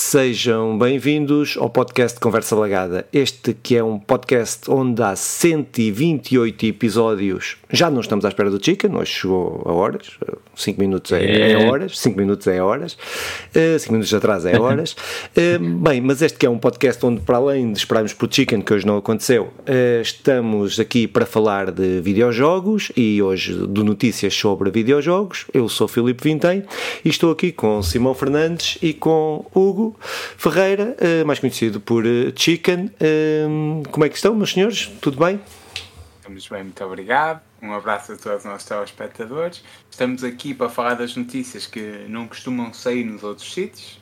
Sejam bem-vindos ao podcast Conversa Lagada. Este que é um podcast onde há 128 episódios. Já não estamos à espera do Chicken, hoje chegou a horas. 5 minutos é horas, 5 minutos é horas, 5 minutos atrás é horas. Bem, mas este que é um podcast onde, para além de esperarmos por Chicken, que hoje não aconteceu, estamos aqui para falar de videojogos e hoje de notícias sobre videojogos. Eu sou Filipe Vintém e estou aqui com Simão Fernandes e com Hugo Ferreira, mais conhecido por Chicken. Como é que estão, meus senhores? Tudo bem? Estamos bem, muito obrigado. Um abraço a todos os nossos telespectadores. Estamos aqui para falar das notícias que não costumam sair nos outros sítios.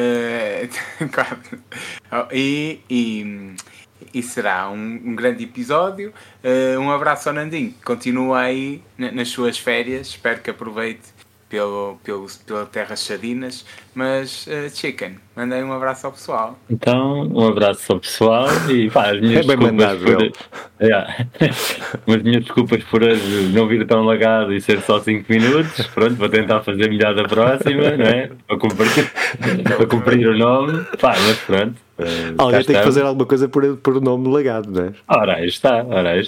E será um grande episódio. Um abraço ao Nandinho, que continua aí nas suas férias. Espero que aproveite pela Terras Sadinas. Mas, Chicken, mandei um abraço ao pessoal. Então, um abraço ao pessoal e pá, as minhas as minhas desculpas por hoje não vir tão lagado e ser só 5 minutos. Pronto, vou tentar fazer melhor da próxima, não é? Para cumprir o nome. Pá, mas pronto. Alguém tem que fazer alguma coisa por o nome legado, não é? Ora, aí está.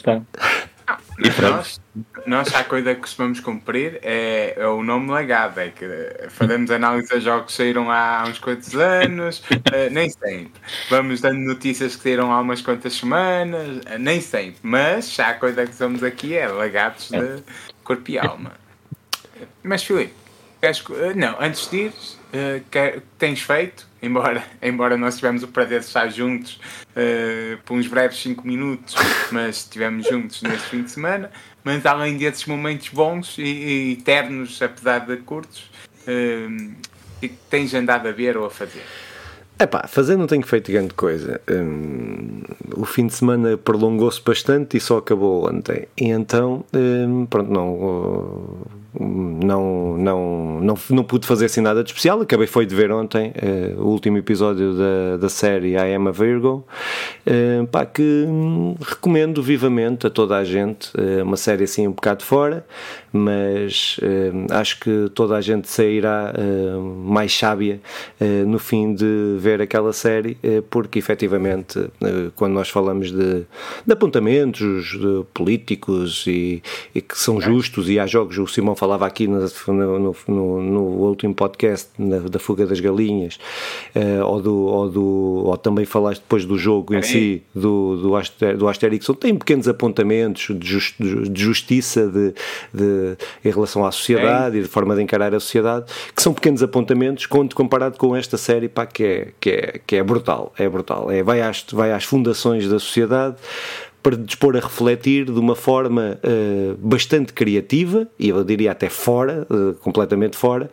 Nós a coisa que costumamos cumprir é o nome legado, é que fazemos análise a jogos que saíram há uns quantos anos, nem sempre. Vamos dando notícias que saíram há umas quantas semanas, nem sempre. Mas já a coisa que somos aqui é legados de corpo e alma. Mas Filipe, antes de ir, que tens feito, embora nós tivemos o prazer de estar juntos por uns breves 5 minutos, mas estivemos juntos neste fim de semana, mas além desses momentos bons e eternos, apesar de curtos, que tens andado a ver ou a fazer? Fazer não tenho feito grande coisa. O fim de semana prolongou-se bastante e só acabou ontem. E então, pronto, não pude fazer assim nada de especial. Acabei de ver ontem o último episódio da série I Am a Virgo, que recomendo vivamente a toda a gente. Uma série assim um bocado fora, mas acho que toda a gente sairá mais sábia no fim de ver aquela série, porque efetivamente quando nós falamos de apontamentos de políticos e que são justos, e há jogos, o Simão falava aqui no último podcast da Fuga das Galinhas, ou também falaste depois do jogo em si, do Asterix, onde tem pequenos apontamentos de justiça em relação à sociedade e de forma de encarar a sociedade, que são pequenos apontamentos comparado com esta série, que é brutal, vai às fundações da sociedade para dispor a refletir de uma forma bastante criativa, e eu diria até fora, completamente fora.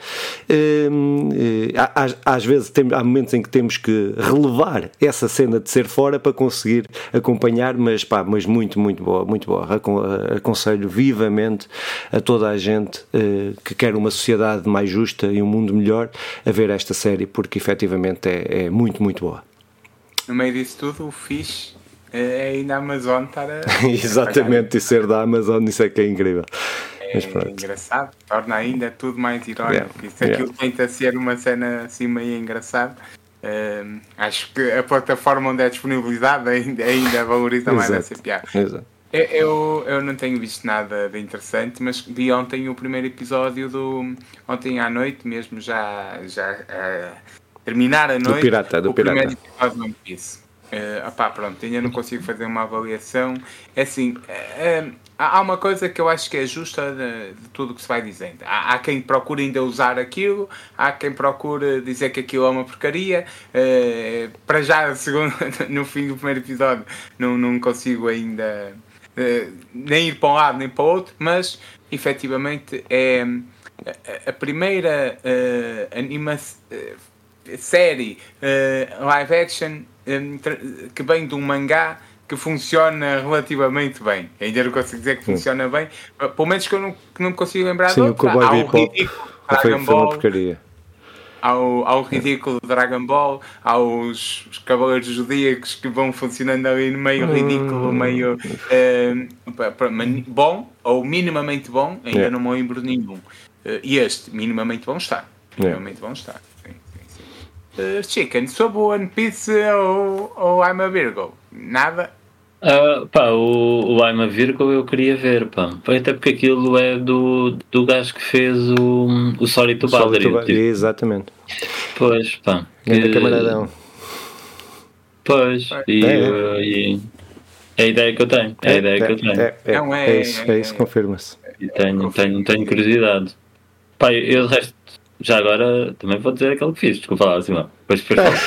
Às vezes há momentos em que temos que relevar essa cena de ser fora para conseguir acompanhar, mas muito, muito boa, muito boa. Aconselho vivamente a toda a gente que quer uma sociedade mais justa e um mundo melhor a ver esta série, porque efetivamente é muito, muito boa. No meio disso tudo, o fixe é ainda a Amazon estar a... Exatamente, e ser da Amazon, isso é que é incrível. É engraçado, torna ainda tudo mais irónico. Aquilo tenta ser uma cena assim meio engraçada. Acho que a plataforma onde é disponibilizada ainda valoriza mais essa piada. Exato. Eu não tenho visto nada de interessante, mas vi ontem o primeiro episódio ontem à noite mesmo, já terminar a noite, do primeiro episódio do One Piece. Pronto, ainda não consigo fazer uma avaliação. É assim, há uma coisa que eu acho que é justa de tudo o que se vai dizendo. Há quem procure ainda usar aquilo, há quem procure dizer que aquilo é uma porcaria. Para já, no fim do primeiro episódio, não consigo ainda nem ir para um lado nem para o outro, mas efetivamente é a primeira série live action que vem de um mangá que funciona relativamente bem. Ainda não consigo dizer que funciona bem, pelo menos que eu não consigo lembrar de outro. Há o ridículo Dragon Ball, há o ridículo Dragon Ball, há os Cavaleiros Zodíacos que vão funcionando ali no meio ridículo, meio bom ou minimamente bom, ainda não me lembro de nenhum. E este minimamente bom está. Minimamente bom está. Chicken, sobre o One Piece ou I'm a Virgo? Nada? O I'm a Virgo eu queria ver, pá. Até porque aquilo é do gajo que fez o Sorry to Bother You. Tipo. Exatamente. Pois, pá. Grande camaradão. Pois, e é a ideia que eu tenho. É isso, confirma-se. E tenho curiosidade. Pá, eu de resto, já agora também vou dizer aquilo que fiz, desculpa lá, Simão. Depois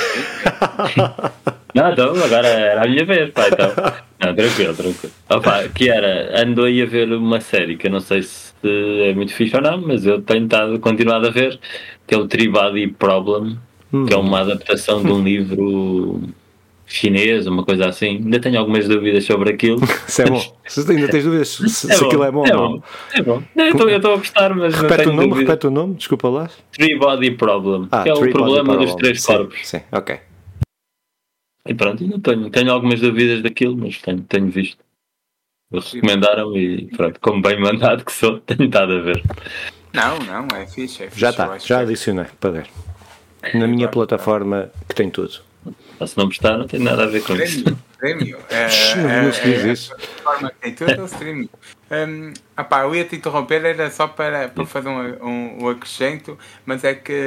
falo. Não, então agora era a minha vez, pá, então. Não, tranquilo. Opa, que era, ando aí a ver uma série que eu não sei se é muito fixe ou não, mas eu tenho continuado a ver, que é o Three-Body Problem, que é uma adaptação de um livro chinês, uma coisa assim. Ainda tenho algumas dúvidas sobre aquilo. Isso é bom. Se ainda tens dúvidas se aquilo é bom ou não. É bom. Eu estou a gostar, mas repete o nome, desculpa lá. Three-Body Problem, que é o problema dos três corpos. Sim, ok. E pronto, ainda tenho algumas dúvidas daquilo, mas tenho visto. Eles recomendaram e pronto, como bem mandado que sou, tenho estado a ver. Não, é fixe. Já está, já adicionei para ver. Na minha plataforma que tem tudo. Se não prestar, não tem nada a ver com isso. Prémio. Não se diz isso. A plataforma que tem tudo é o streaming. Eu ia te interromper, era só para fazer um acrescento, mas é que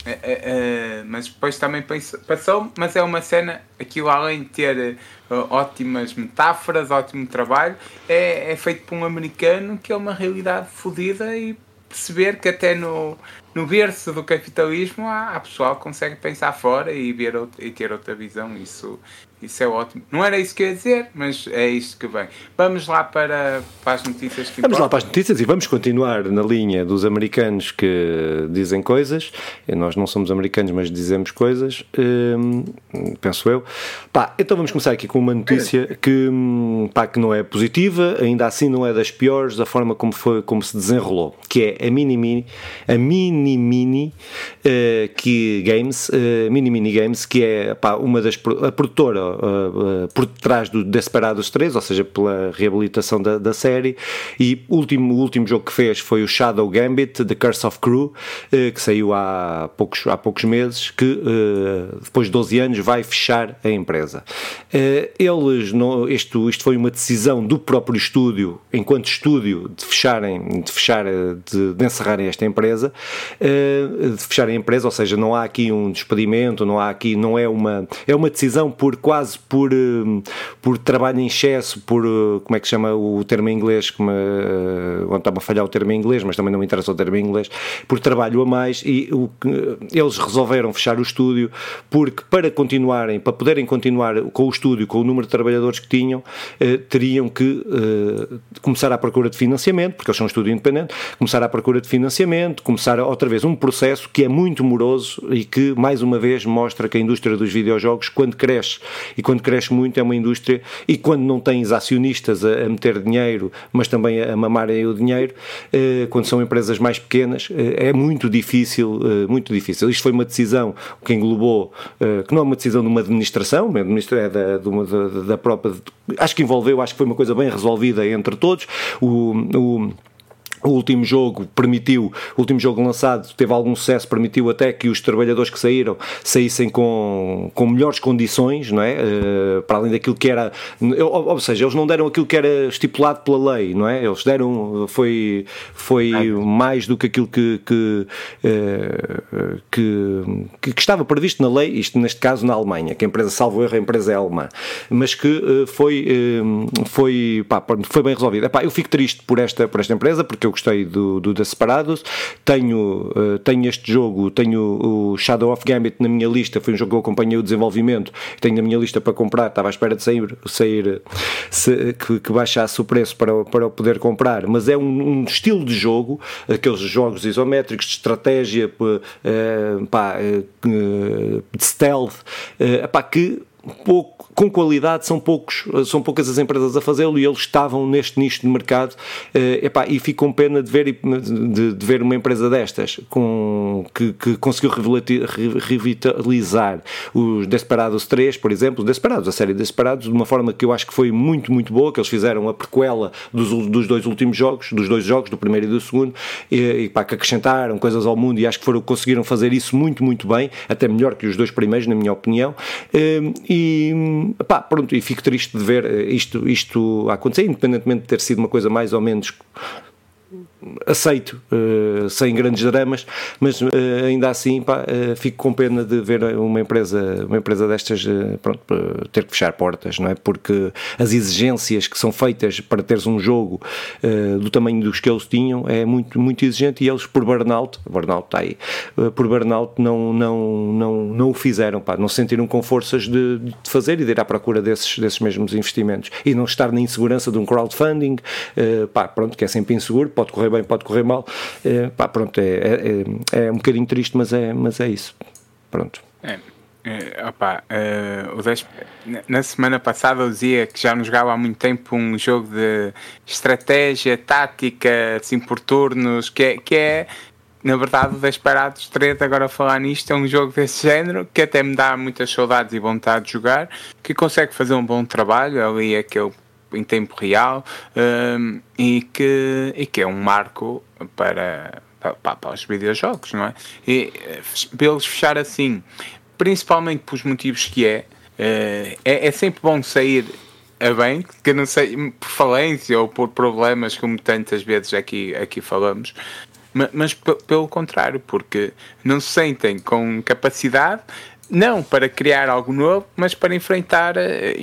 mas depois também passou, mas é uma cena, aquilo além de ter ótimas metáforas, ótimo trabalho, é feito por um americano que é uma realidade fodida e perceber que até no berço do capitalismo há pessoal que consegue pensar fora e ter outra visão. Isso é ótimo. Não era isso que eu ia dizer, mas é isto que vem. Vamos lá para as notícias que importam. Vamos lá para as notícias e vamos continuar na linha dos americanos que dizem coisas. Nós não somos americanos, mas dizemos coisas, penso eu. Então vamos começar aqui com uma notícia que não é positiva, ainda assim não é das piores, da forma como se desenrolou, que é a Mini Games, que é uma das a produtora por trás do Desperados 3, ou seja, pela reabilitação da série, e o último jogo que fez foi o Shadow Gambit, The Curse of Crew, que saiu há poucos meses, que depois de 12 anos vai fechar a empresa. Isto foi uma decisão do próprio estúdio, enquanto estúdio, de encerrarem esta empresa, de fecharem a empresa, ou seja, não há aqui um despedimento, é uma decisão quase por trabalho em excesso, como é que se chama o termo em inglês, onde está-me a falhar o termo em inglês, mas também não me interessa o termo em inglês, por trabalho a mais, e eles resolveram fechar o estúdio, porque para poderem continuar com o estúdio, com o número de trabalhadores que tinham, teriam que começar à procura de financiamento, porque eles são um estúdio independente, começar à procura de financiamento, começar outra vez um processo que é muito moroso e que, mais uma vez, mostra que a indústria dos videojogos, quando cresce muito, é uma indústria, e quando não tens acionistas a meter dinheiro, mas também a mamarem o dinheiro, quando são empresas mais pequenas, é muito difícil. Isto foi uma decisão que englobou, que não é uma decisão de uma administração, é da própria, acho que foi uma coisa bem resolvida entre todos. O último jogo lançado teve algum sucesso, permitiu até que os trabalhadores que saíssem com melhores condições, não é? Para além daquilo que era, ou seja, eles não deram aquilo que era estipulado pela lei, não é? Eles deram, foi mais do que aquilo que estava previsto na lei, isto neste caso na Alemanha, que a empresa, salvo erro, a empresa é alemã, mas que foi bem resolvido. Eu fico triste por esta empresa, porque eu gostei do Desperados. Tenho este jogo, tenho o Shadow of Gambit na minha lista, foi um jogo que eu acompanhei o desenvolvimento, tenho na minha lista para comprar, estava à espera de sair que baixasse o preço para eu poder comprar, mas é um estilo de jogo, aqueles jogos isométricos de estratégia, de stealth, que com qualidade, são poucas as empresas a fazê-lo, e eles estavam neste nicho de mercado, e fico com pena de ver uma empresa destas que conseguiu revitalizar os Desperados 3, por exemplo, a série Desperados, de uma forma que eu acho que foi muito, muito boa, que eles fizeram a prequela dos dois últimos jogos, dos dois jogos, do primeiro e do segundo, que acrescentaram coisas ao mundo, e acho que conseguiram fazer isso muito, muito bem, até melhor que os dois primeiros, na minha opinião, pronto, e fico triste de ver isto acontecer, independentemente de ter sido uma coisa mais ou menos aceito, sem grandes dramas, mas ainda assim fico com pena de ver uma empresa destas ter que fechar portas, não é? Porque as exigências que são feitas para teres um jogo do tamanho dos que eles tinham é muito, muito exigente, e eles por burnout está aí, por burnout não o fizeram, não se sentiram com forças de fazer e de ir à procura desses mesmos investimentos, e não estar na insegurança de um crowdfunding, pronto, que é sempre inseguro, pode correr bem, pode correr mal, pronto, é um bocadinho triste, mas é isso, pronto. Na semana passada eu dizia que já não jogava há muito tempo um jogo de estratégia, tática, assim por turnos, que é na verdade o Desperados 3, agora a falar nisto, é um jogo desse género que até me dá muitas saudades e vontade de jogar, que consegue fazer um bom trabalho ali, aquele em tempo real, e que é um marco para os videojogos, não é? E para eles fechar assim, principalmente pelos motivos que é sempre bom sair a bem, que eu não sei, por falência ou por problemas, como tantas vezes aqui falamos, mas pelo contrário, porque não se sentem com capacidade, não para criar algo novo, mas para enfrentar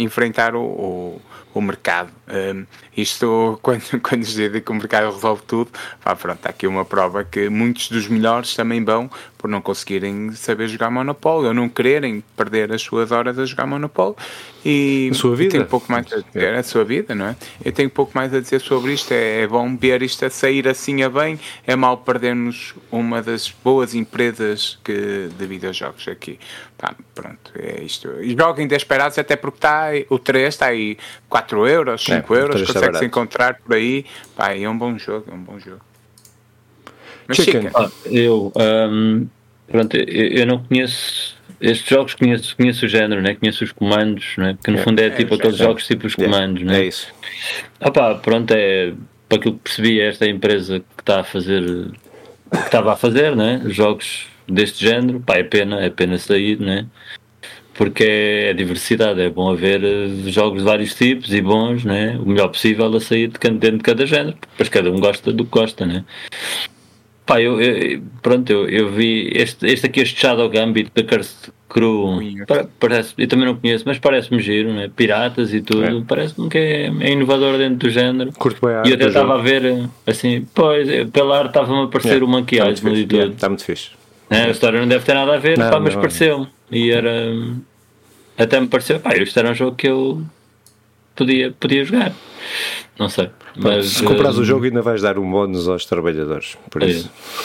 o mercado. Isto, quando se diz que o mercado resolve tudo, pronto, está aqui uma prova que muitos dos melhores também vão por não conseguirem saber jogar Monopoly, ou não quererem perder as suas horas a jogar Monopoly, e a sua vida. Tenho pouco mais a dizer, a sua vida, não é? Eu tenho pouco mais a dizer sobre isto. É bom ver isto a sair assim a bem, é mal perdermos uma das boas empresas de videojogos aqui. Pronto, é isto. E joguem Desperados, até porque o 3 está aí 4 euros, 5 euros, consegue-se encontrar por aí. É um bom jogo, Mas eu não conheço estes jogos, conheço o género, né? Conheço os comandos, né? Que no fundo é tipo aqueles jogos tipo os comandos, né? É isso. Pronto, para aquilo que percebi, esta empresa que estava a fazer, né? Jogos deste género, é pena sair, né? Porque é diversidade, é bom haver jogos de vários tipos e bons, né? O melhor possível a sair dentro de cada género, depois cada um gosta do que gosta, né? Eu vi este Shadow Gambit da Cursed Crew, parece, eu também não conheço, mas parece-me giro, né? Piratas e tudo, parece-me que é inovador dentro do género. Curto bem a arte, e eu até estava a ver, assim, pela arte estava-me a parecer o Monkey Island e tudo. Está muito fixe. A história não deve ter nada a ver, mas pareceu-me. E era... Até me pareceu, isto era um jogo que eu podia jogar. Não sei. Mas, se comprares o jogo ainda vais dar um bónus aos trabalhadores. Por isso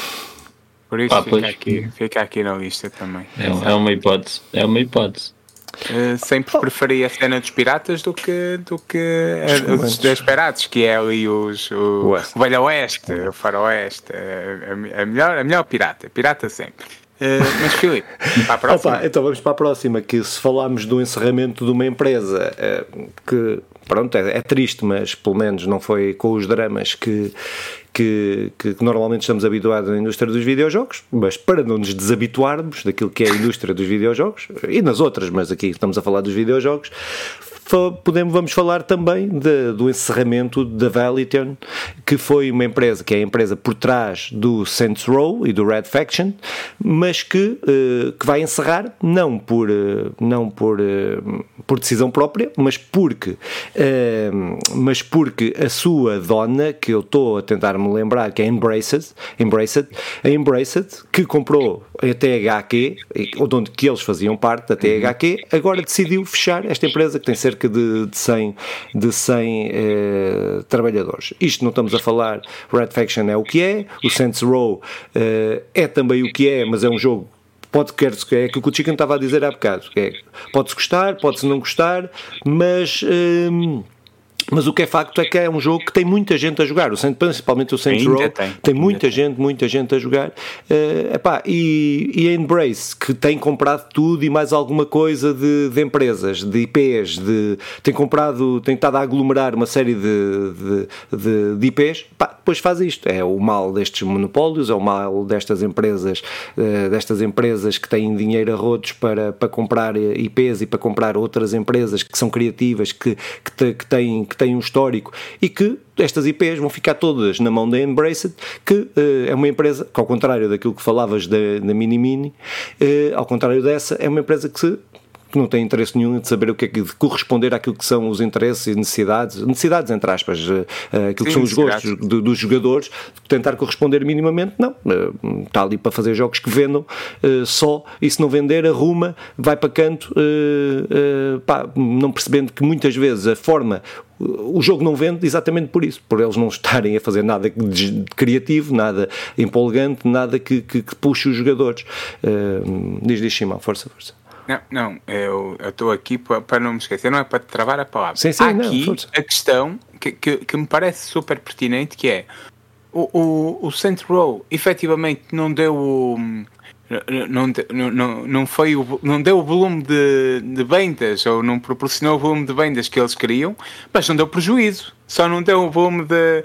fica aqui na lista também. É uma hipótese. Sempre preferi a cena dos piratas do que os Desperados, que é ali o Velho Oeste, o Faroeste, a melhor pirata sempre. Mas Filipe, para a próxima. Então vamos para a próxima, que se falarmos do encerramento de uma empresa que pronto, é triste, mas pelo menos não foi com os dramas que normalmente estamos habituados na indústria dos videojogos, mas para não nos desabituarmos daquilo que é a indústria dos videojogos, e nas outras, mas aqui estamos a falar dos videojogos, vamos falar também do encerramento da Volition, que foi uma empresa, que é a empresa por trás do Saints Row e do Red Faction, mas que vai encerrar não por decisão própria, mas porque a sua dona, que eu estou a tentar me lembrar, que é a Embraced, que comprou a THQ, onde que eles faziam parte da THQ, agora decidiu fechar esta empresa, que tem cerca de 100 trabalhadores. Isto não estamos a falar, Red Faction é o que é, o Saints Row é também o que é, mas é um jogo é aquilo que o Chicken estava a dizer há bocado, pode-se gostar, pode-se não gostar, mas o que é facto é que é um jogo que tem muita gente a jogar, principalmente o Saints Row tem muita gente a jogar, e a Embrace, que tem comprado tudo e mais alguma coisa de empresas, de IPs, tem estado a aglomerar uma série de IPs, depois faz isto, é o mal destes monopólios, é o mal destas empresas que têm dinheiro a rodos para comprar IPs e para comprar outras empresas que são criativas, que têm um histórico, e que estas IPs vão ficar todas na mão da Embraced, que é uma empresa que, ao contrário daquilo que falavas da Mini, ao contrário dessa, é uma empresa que não tem interesse nenhum de saber o que é de corresponder àquilo que são os interesses e necessidades entre aspas, aquilo que são os gostos dos jogadores, tentar corresponder minimamente, não, está ali para fazer jogos que vendam só, e se não vender, arruma, vai para canto, não percebendo que muitas vezes o jogo não vende exatamente por isso, por eles não estarem a fazer nada de criativo, nada empolgante, nada que puxe os jogadores. Diz Simão, força. Não, eu estou aqui para não me esquecer, não é para te travar a palavra. Sim, há aqui a questão que me parece super pertinente, que é o Saints Row efetivamente não deu não deu o volume de vendas, ou não proporcionou o volume de vendas que eles queriam, mas não deu prejuízo, só não deu o volume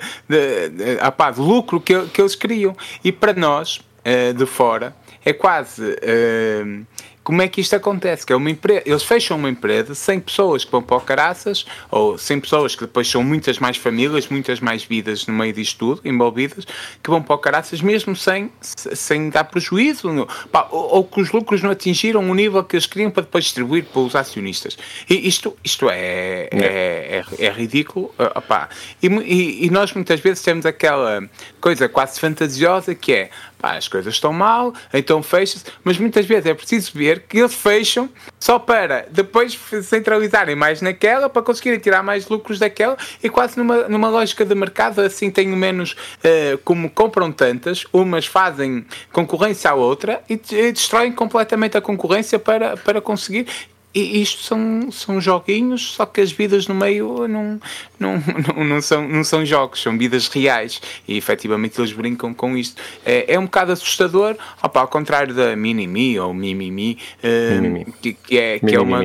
de lucro que eles queriam. E para nós, de fora, é quase... como é que isto acontece? Que é eles fecham uma empresa, 100 pessoas que vão para o caraças, ou 100 pessoas que depois são muitas mais famílias, muitas mais vidas no meio disto tudo, envolvidas, que vão para o caraças mesmo sem dar prejuízo, ou que os lucros não atingiram o nível que eles queriam para depois distribuir para os acionistas. E isto é ridículo. E nós muitas vezes temos aquela coisa quase fantasiosa que é: as coisas estão mal, então fecha-se, mas muitas vezes é preciso ver que eles fecham só para depois centralizarem mais naquela, para conseguirem tirar mais lucros daquela, e quase numa lógica de mercado, assim tenho menos, como compram tantas, umas fazem concorrência à outra e destroem completamente a concorrência para conseguir. E isto são joguinhos, só que as vidas no meio não são jogos, são vidas reais, e efetivamente eles brincam com isto. É um bocado assustador, ao contrário da Mini-Me ou Mimimi, que é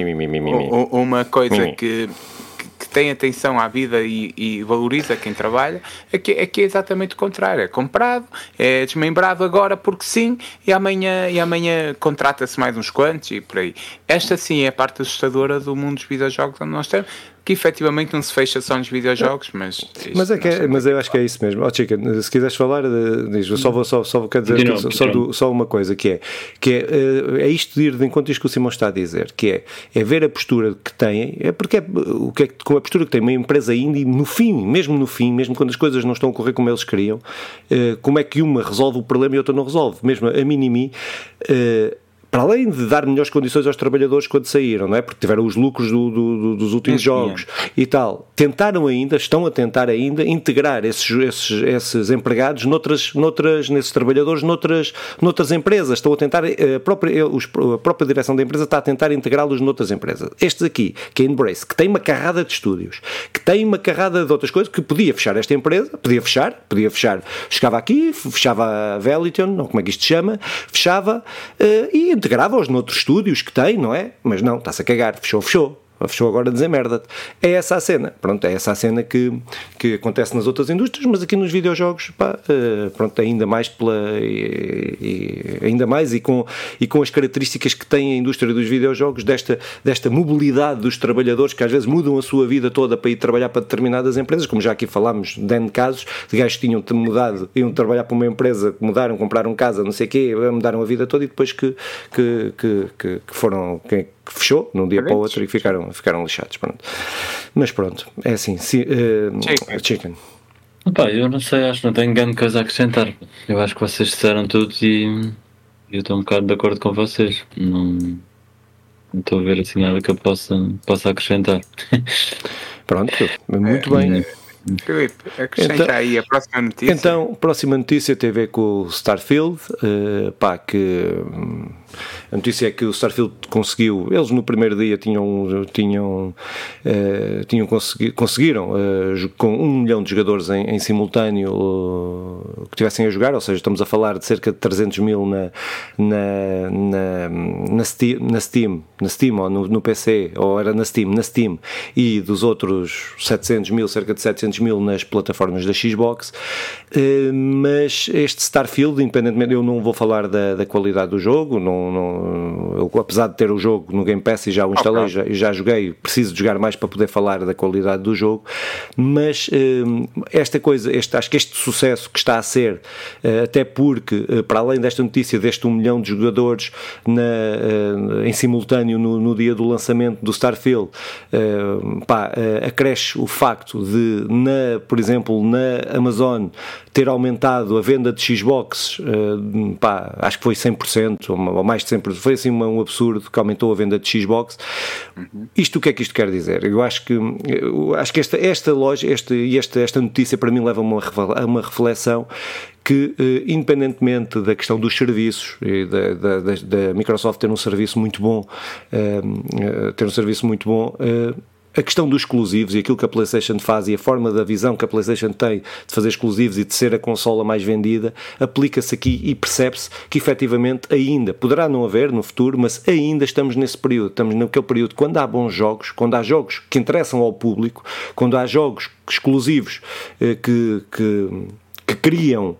uma coisa que tem atenção à vida e valoriza quem trabalha, é que é exatamente o contrário. É comprado, é desmembrado agora porque sim, e amanhã contrata-se mais uns quantos e por aí. Esta sim é a parte assustadora do mundo dos videojogos onde nós temos, que efetivamente não se fecha só nos videojogos, mas eu acho que é isso mesmo. Chicken, se quiseres falar, diz, só quero dizer só uma coisa, que é isto de ir de encontro a isto que o Simão está a dizer, que é ver a postura que têm, com a postura que tem uma empresa indie, mesmo quando as coisas não estão a correr como eles queriam, como é que uma resolve o problema e outra não resolve. Mesmo a Mini-Me, para além de dar melhores condições aos trabalhadores quando saíram, não é? Porque tiveram os lucros dos últimos jogos e tal, estão a tentar ainda integrar esses empregados nesses trabalhadores noutras empresas. Estão a tentar, a própria direção da empresa está a tentar integrá-los noutras empresas. Estes aqui, que é a Embrace, que tem uma carrada de estúdios, que tem uma carrada de outras coisas, que podia fechar esta empresa, podia fechar, chegava aqui, fechava a Veliton, ou como é que isto se chama, fechava e integrava-os noutros estúdios que tem, não é? Mas não, está-se a cagar, fechou agora a dizer merda. É essa a cena, é essa a cena que acontece nas outras indústrias, mas aqui nos videojogos, ainda mais ainda mais e com as características que tem a indústria dos videojogos, desta mobilidade dos trabalhadores, que às vezes mudam a sua vida toda para ir trabalhar para determinadas empresas, como já aqui falámos de casos, de gajos que tinham mudado, iam trabalhar para uma empresa, que mudaram, compraram casa, não sei o quê, mudaram a vida toda, e depois que foram... que fechou de um dia para o outro e ficaram lixados. Mas pronto, é assim. Chicken. Eu não sei, acho que não tenho grande coisa a acrescentar. Eu acho que vocês disseram tudo e eu estou um bocado de acordo com vocês. Não estou a ver assim nada que eu possa acrescentar. Pronto, muito bem. Filipe, acrescenta aí a próxima notícia. Então, a próxima notícia tem a ver com o Starfield, que A notícia é que o Starfield conseguiu, eles no primeiro dia conseguiram com 1 milhão de jogadores em simultâneo que estivessem a jogar, ou seja, estamos a falar de cerca de 300 mil na Steam ou no PC, ou era na Steam, e dos outros 700 mil, cerca de 700 mil nas plataformas da Xbox. Mas este Starfield, independentemente, eu não vou falar da qualidade do jogo, eu, apesar de ter o jogo no Game Pass e já o instalei, já joguei, preciso de jogar mais para poder falar da qualidade do jogo, mas acho que este sucesso que está a ser, até porque, para além desta notícia deste 1 milhão de jogadores em simultâneo no dia do lançamento do Starfield, acresce o facto de, por exemplo, na Amazon ter aumentado a venda de Xbox, acho que foi 100% ou mais de 100%, foi assim um absurdo que aumentou a venda de Xbox. Isto, o que é que isto quer dizer? Eu acho que esta notícia para mim leva-me a uma reflexão que, independentemente da questão dos serviços e da Microsoft ter um serviço muito bom, a questão dos exclusivos e aquilo que a PlayStation faz e a forma da visão que a PlayStation tem de fazer exclusivos e de ser a consola mais vendida, aplica-se aqui e percebe-se que efetivamente ainda, poderá não haver no futuro, mas ainda estamos nesse período, estamos naquele período quando há bons jogos, quando há jogos que interessam ao público, quando há jogos exclusivos que criam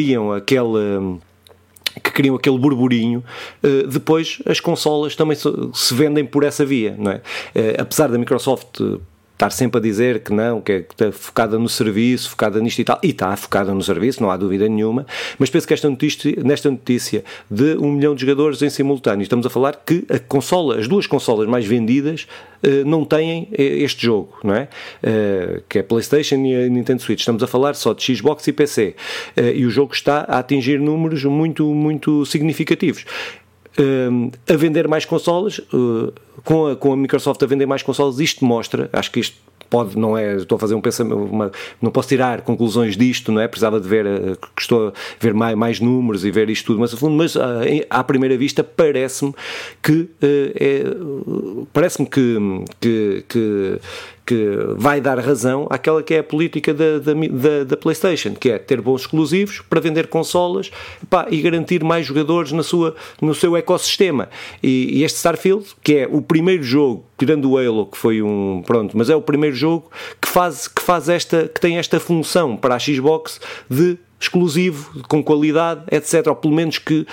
aquele burburinho, depois as consolas também se vendem por essa via, não é? Apesar da Microsoft estar sempre a dizer que não, que está focada no serviço, focada nisto e tal, e está focada no serviço, não há dúvida nenhuma, mas penso que nesta notícia de 1 milhão de jogadores em simultâneo, estamos a falar que as duas consolas mais vendidas não têm este jogo, não é? Que é a PlayStation e a Nintendo Switch. Estamos a falar só de Xbox e PC, e o jogo está a atingir números muito, muito significativos. A vender mais consolas, com a Microsoft a vender mais consolas, isto mostra, acho que isto não é, estou a fazer um pensamento, não posso tirar conclusões disto, não é? Precisava de ver, que estou a ver mais números e ver isto tudo mais a fundo, mas à primeira vista parece-me que vai dar razão àquela que é a política da PlayStation, que é ter bons exclusivos para vender consolas, e garantir mais jogadores no seu ecossistema. E este Starfield, que é o primeiro jogo, tirando o Halo, que foi mas é o primeiro jogo que tem esta função para a Xbox de exclusivo, com qualidade, etc. Ou pelo menos que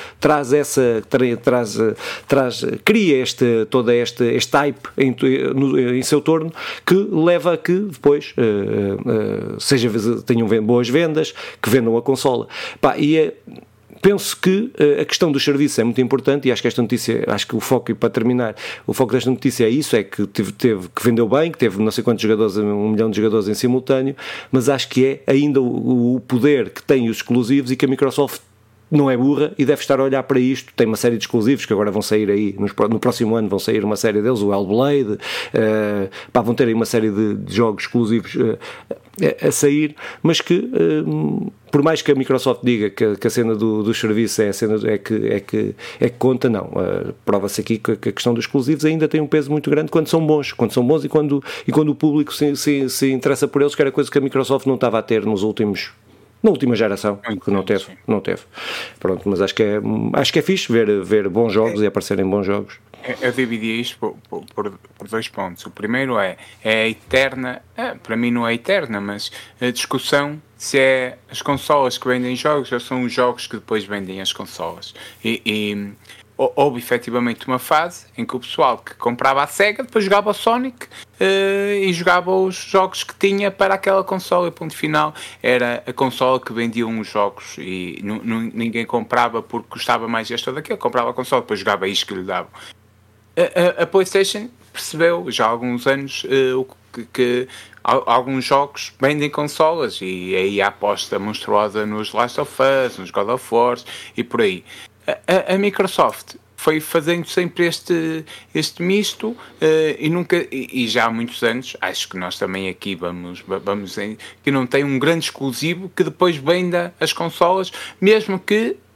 cria todo este hype em seu torno, que leva a que depois tenham boas vendas, que vendam a consola. Penso que a questão dos serviços é muito importante, e acho que esta notícia, e para terminar, o foco desta notícia é isso, é que que vendeu bem, que teve não sei quantos jogadores, 1 milhão de jogadores em simultâneo, mas acho que é ainda o poder que tem os exclusivos, e que a Microsoft não é burra e deve estar a olhar para isto. Tem uma série de exclusivos que agora vão sair aí, no próximo ano vão sair uma série deles, o Hellblade, vão ter aí uma série de jogos exclusivos a sair, mas que por mais que a Microsoft diga que a cena dos serviços é a cena que conta, não, prova-se aqui que a questão dos exclusivos ainda tem um peso muito grande quando são bons e quando o público se interessa por eles, que era coisa que a Microsoft não estava a ter na última geração, que não teve. Pronto, mas acho que é fixe ver bons jogos e aparecerem bons jogos. Eu dividi isto por 2 pontos. O primeiro é a eterna, para mim não é eterna, mas a discussão se é as consolas que vendem jogos ou são os jogos que depois vendem as consolas. E houve efetivamente uma fase em que o pessoal que comprava a Sega depois jogava o Sonic e jogava os jogos que tinha para aquela consola, e ponto final, era a consola que vendia os jogos, e ninguém comprava porque gostava mais deste ou daquele, comprava a consola, depois jogava isto que lhe dava. A PlayStation percebeu já há alguns anos que alguns jogos vendem consolas, e aí a aposta monstruosa nos Last of Us, nos God of War e por aí. A Microsoft foi fazendo sempre este misto, e já há muitos anos, acho que nós também aqui vamos que não tem um grande exclusivo que depois venda as consolas, mesmo que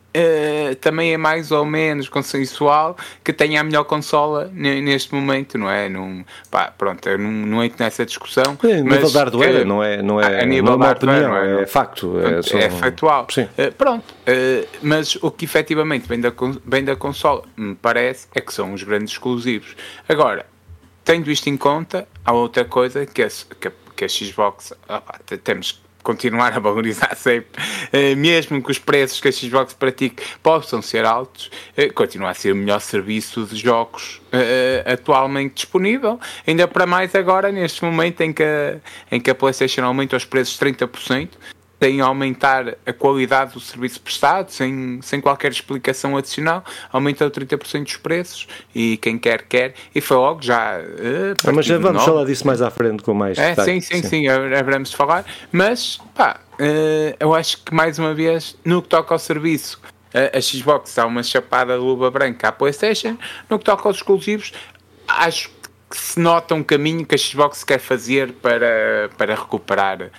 também é mais ou menos consensual que tenha a melhor consola neste momento, não é? Pronto, eu não entro nessa discussão. A nível de hardware, não é uma opinião, é facto. É factual. Pronto, mas o que efetivamente vem da consola, me parece, é que são os grandes exclusivos. Agora, tendo isto em conta, há outra coisa que a Xbox, temos que continuar a valorizar sempre, mesmo que os preços que a Xbox pratique possam ser altos, continua a ser o melhor serviço de jogos atualmente disponível, ainda para mais agora neste momento em que a PlayStation aumenta os preços 30%, tem a aumentar a qualidade do serviço prestado, sem qualquer explicação adicional, aumenta 30% dos preços, e quem quer, e foi logo já... mas já vamos falar disso mais à frente com mais detalhe. Sim, haveremos de falar, mas, eu acho que mais uma vez, no que toca ao serviço, a Xbox dá uma chapada de luva branca à PlayStation, no que toca aos exclusivos, acho que se nota um caminho que a Xbox quer fazer para recuperar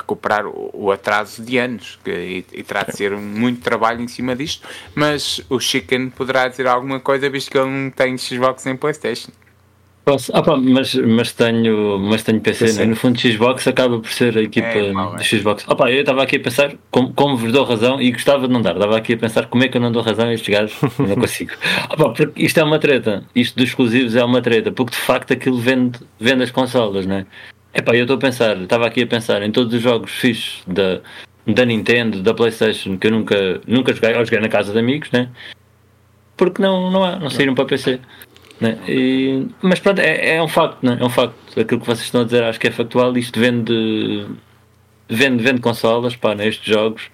o atraso de anos, e terá de ser muito trabalho em cima disto, mas o Chicken poderá dizer alguma coisa, visto que ele não tem Xbox nem PlayStation. Posso? Mas tenho PC, né? No fundo Xbox acaba por ser a equipa do Xbox. Eu estava aqui a pensar, como vos dou razão, e gostava de não dar, estava aqui a pensar como é que eu não dou razão a estes gajos, não consigo. Porque isto é uma treta, isto dos exclusivos é uma treta, porque de facto aquilo vende as consolas, não é? Eu estava aqui a pensar em todos os jogos fixos da Nintendo, da PlayStation, que eu nunca joguei, ou joguei na casa de amigos, né? Porque não saíram para PC. Né? Mas pronto, é um facto, né? É um facto. Aquilo que vocês estão a dizer, acho que é factual. Isto vende consolas, nestes jogos.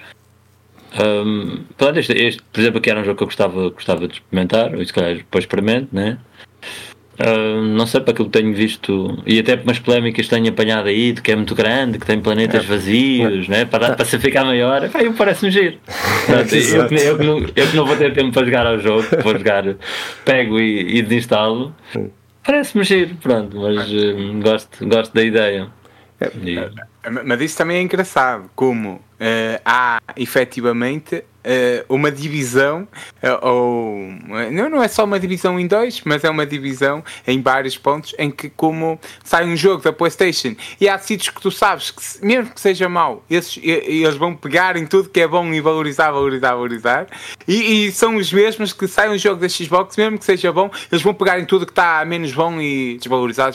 Pronto, este, por exemplo, aqui era um jogo que eu gostava de experimentar, ou se calhar depois experimento, né? Não sei, para aquilo que tenho visto, e até por umas polémicas que tenho apanhado aí, de que é muito grande, que tem planetas vazios, né? para se ficar maior, parece-me giro. Pronto, eu que não vou ter tempo para jogar ao jogo, vou jogar, pego e desinstalo, parece-me giro, pronto, mas gosto da ideia. Mas isso também é engraçado, como há efetivamente uma divisão, não é só uma divisão em dois, mas é uma divisão em vários pontos, em que como sai um jogo da PlayStation e há sítios que tu sabes que mesmo que seja mau, eles vão pegar em tudo que é bom e valorizar, e são os mesmos que sai um jogo da Xbox, mesmo que seja bom, eles vão pegar em tudo que está menos bom e desvalorizar.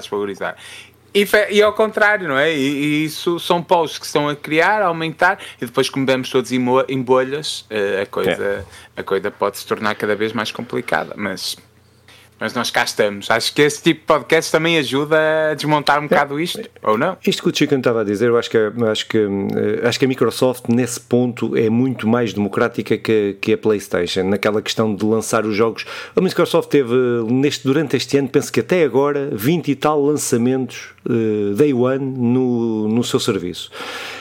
E ao contrário, não é? E isso são polos que estão a criar, a aumentar, e depois, como vemos todos em bolhas, a coisa pode se tornar cada vez mais complicada. Mas nós cá estamos. Acho que esse tipo de podcast também ajuda a desmontar um bocado isto, ou não? Isto que o Chicken estava a dizer, eu acho que a Microsoft, nesse ponto, é muito mais democrática que a PlayStation, naquela questão de lançar os jogos. A Microsoft teve, durante este ano, penso que até agora, 20 e tal lançamentos Day One no seu serviço.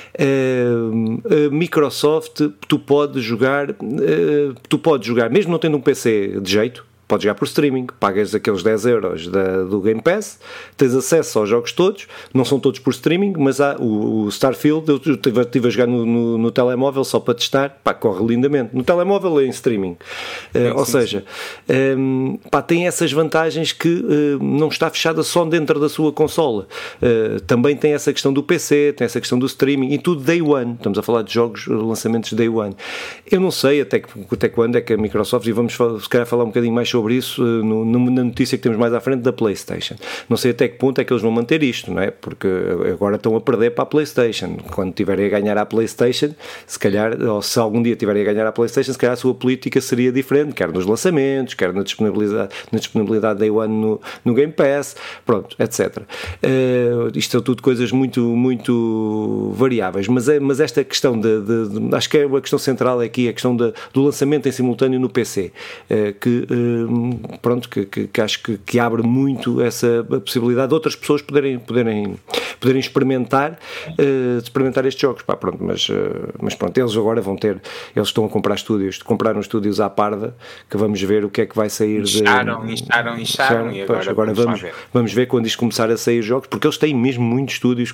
A Microsoft, tu podes jogar, mesmo não tendo um PC de jeito, podes jogar por streaming, pagas aqueles 10 euros do Game Pass, tens acesso aos jogos todos, não são todos por streaming, mas há o Starfield, eu estive a jogar no telemóvel só para testar, corre lindamente, no telemóvel é em streaming, seja, tem essas vantagens que não está fechada só dentro da sua consola, também tem essa questão do PC, tem essa questão do streaming, e tudo Day One, estamos a falar de jogos, lançamentos Day One. Eu não sei até quando é que a Microsoft, e vamos se calhar falar um bocadinho mais sobre isso na notícia que temos mais à frente da PlayStation. Não sei até que ponto é que eles vão manter isto, não é? Porque agora estão a perder para a PlayStation. Quando tiverem a ganhar a PlayStation, se calhar, ou se algum dia tiverem a ganhar a PlayStation, se calhar a sua política seria diferente, quer nos lançamentos, quer na disponibilidade Day One no Game Pass, pronto, etc. Isto são tudo coisas muito, muito variáveis, mas esta questão acho que é uma questão central aqui, a questão do lançamento em simultâneo no PC, que pronto, que acho que abre muito essa possibilidade de outras pessoas poderem experimentar estes jogos. Pá, pronto, mas pronto, eles agora eles estão a comprar estúdios, compraram estúdios à parda, que vamos ver o que é que vai sair. Incharam e agora vamos ver quando isto começar a sair jogos, porque eles têm mesmo muitos estúdios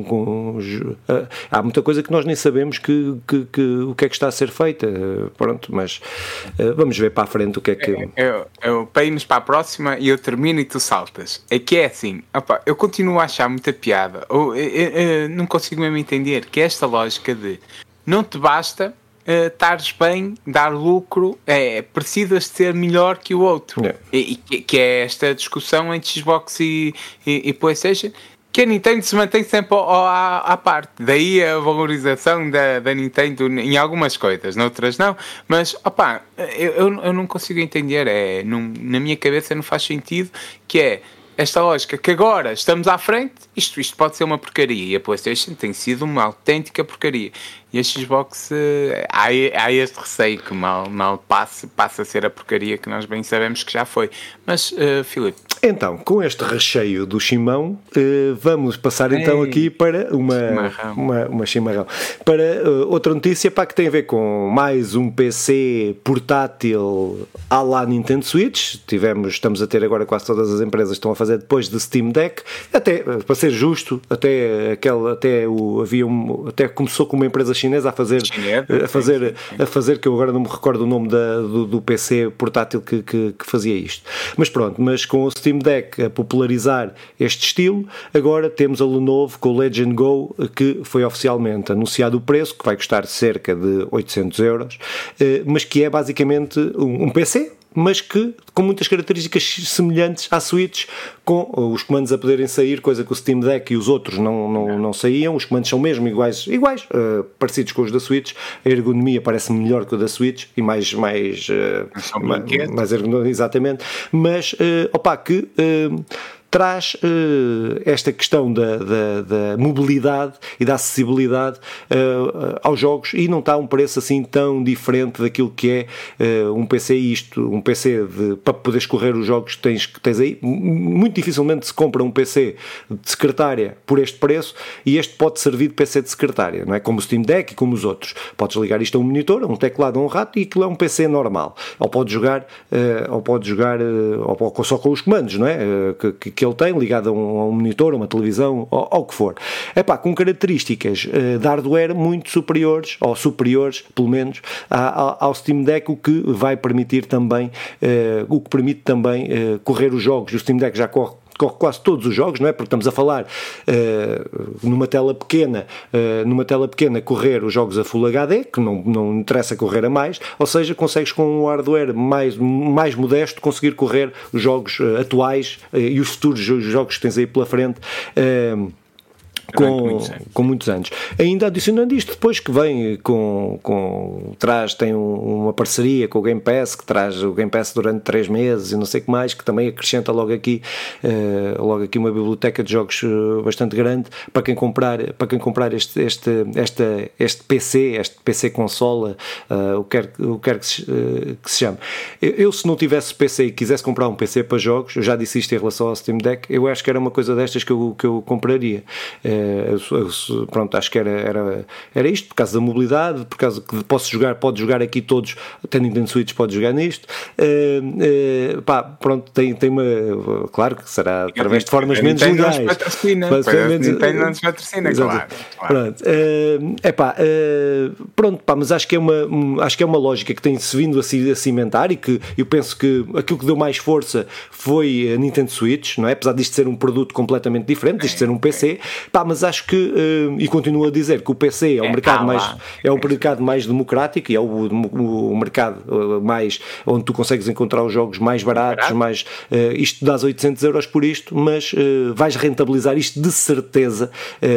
há muita coisa que nós nem sabemos o que é que está a ser feita, pronto, mas vamos ver para a frente o que é que... Eu para irmos para a próxima e eu termino e tu saltas. É que é assim, opa, eu continuo a achar muita piada, eu não consigo mesmo entender que esta lógica de não te basta estares bem, dar lucro, precisas de ser melhor que o outro. E que é esta discussão entre Xbox e PlayStation, que a Nintendo se mantém sempre à parte. Daí a valorização da Nintendo em algumas coisas, noutras não. Mas, opá, eu não consigo entender. Na minha cabeça não faz sentido, que é esta lógica que agora estamos à frente, isto pode ser uma porcaria. E a PlayStation tem sido uma autêntica porcaria. E a Xbox, há este receio que mal passe a ser a porcaria que nós bem sabemos que já foi. Mas, Filipe... Então, com este recheio do chimão, vamos passar então aqui para uma chimarrão. Para outra notícia que tem a ver com mais um PC portátil à la Nintendo Switch. Estamos a ter agora, quase todas as empresas estão a fazer depois de Steam Deck. Até, para ser justo, até começou com uma empresa chinesa a fazer, que eu agora não me recordo o nome do PC portátil que fazia isto. Mas pronto, com o Steam Deck a popularizar este estilo, agora temos a Lenovo com o Legion Go, que foi oficialmente anunciado o preço, que vai custar cerca de 800 euros, mas que é basicamente um PC, mas que com muitas características semelhantes à Switch, com os comandos a poderem sair, coisa que o Steam Deck e os outros não saíam. Os comandos são mesmo iguais, parecidos com os da Switch. A ergonomia parece melhor que a da Switch e mais ergonómica, exatamente. Mas, traz esta questão da mobilidade e da acessibilidade aos jogos, e não está um preço assim tão diferente daquilo que é um PC para poderes correr os jogos que tens aí. Muito dificilmente se compra um PC de secretária por este preço, e este pode servir de PC de secretária, não é? Como o Steam Deck e como os outros. Podes ligar isto a um monitor, a um teclado, a um rato, e aquilo é um PC normal. Ou podes jogar só com os comandos, não é? Que ele tem, ligado a um monitor, a uma televisão, ou o que for. Com características de hardware muito superiores, ou superiores, pelo menos, ao Steam Deck, o que permite também correr os jogos. O Steam Deck já corre quase todos os jogos, não é? Porque estamos a falar numa tela pequena correr os jogos a Full HD, que não interessa correr a mais, ou seja, consegues com um hardware mais modesto conseguir correr os jogos atuais e os futuros jogos que tens aí pela frente, com muitos anos. Ainda adicionando isto, depois que vem tem uma parceria com o Game Pass, que traz o Game Pass durante 3 meses e não sei o que mais, que também acrescenta logo aqui uma biblioteca de jogos bastante grande para quem comprar este PC consola, o que quer que se chame. Eu, se não tivesse PC e quisesse comprar um PC para jogos, eu já disse isto em relação ao Steam Deck, eu acho que era uma coisa destas que eu compraria. Pronto, acho que era isto, por causa da mobilidade, por causa que pode jogar aqui todos, até Nintendo Switch pode jogar nisto. Pronto, tem uma, claro que será através de formas menos legais. Nintendo não nos patrocina, claro. Pronto, mas acho que é uma lógica que tem-se vindo a cimentar, e que eu penso que aquilo que deu mais força foi a Nintendo Switch, não é? Apesar disto ser um produto completamente diferente, disto ser um PC, mas acho que, e continuo a dizer que o PC é um mercado mais democrático, e é o mercado mais onde tu consegues encontrar os jogos mais baratos, isto dás 800 euros por isto, mas vais rentabilizar isto de certeza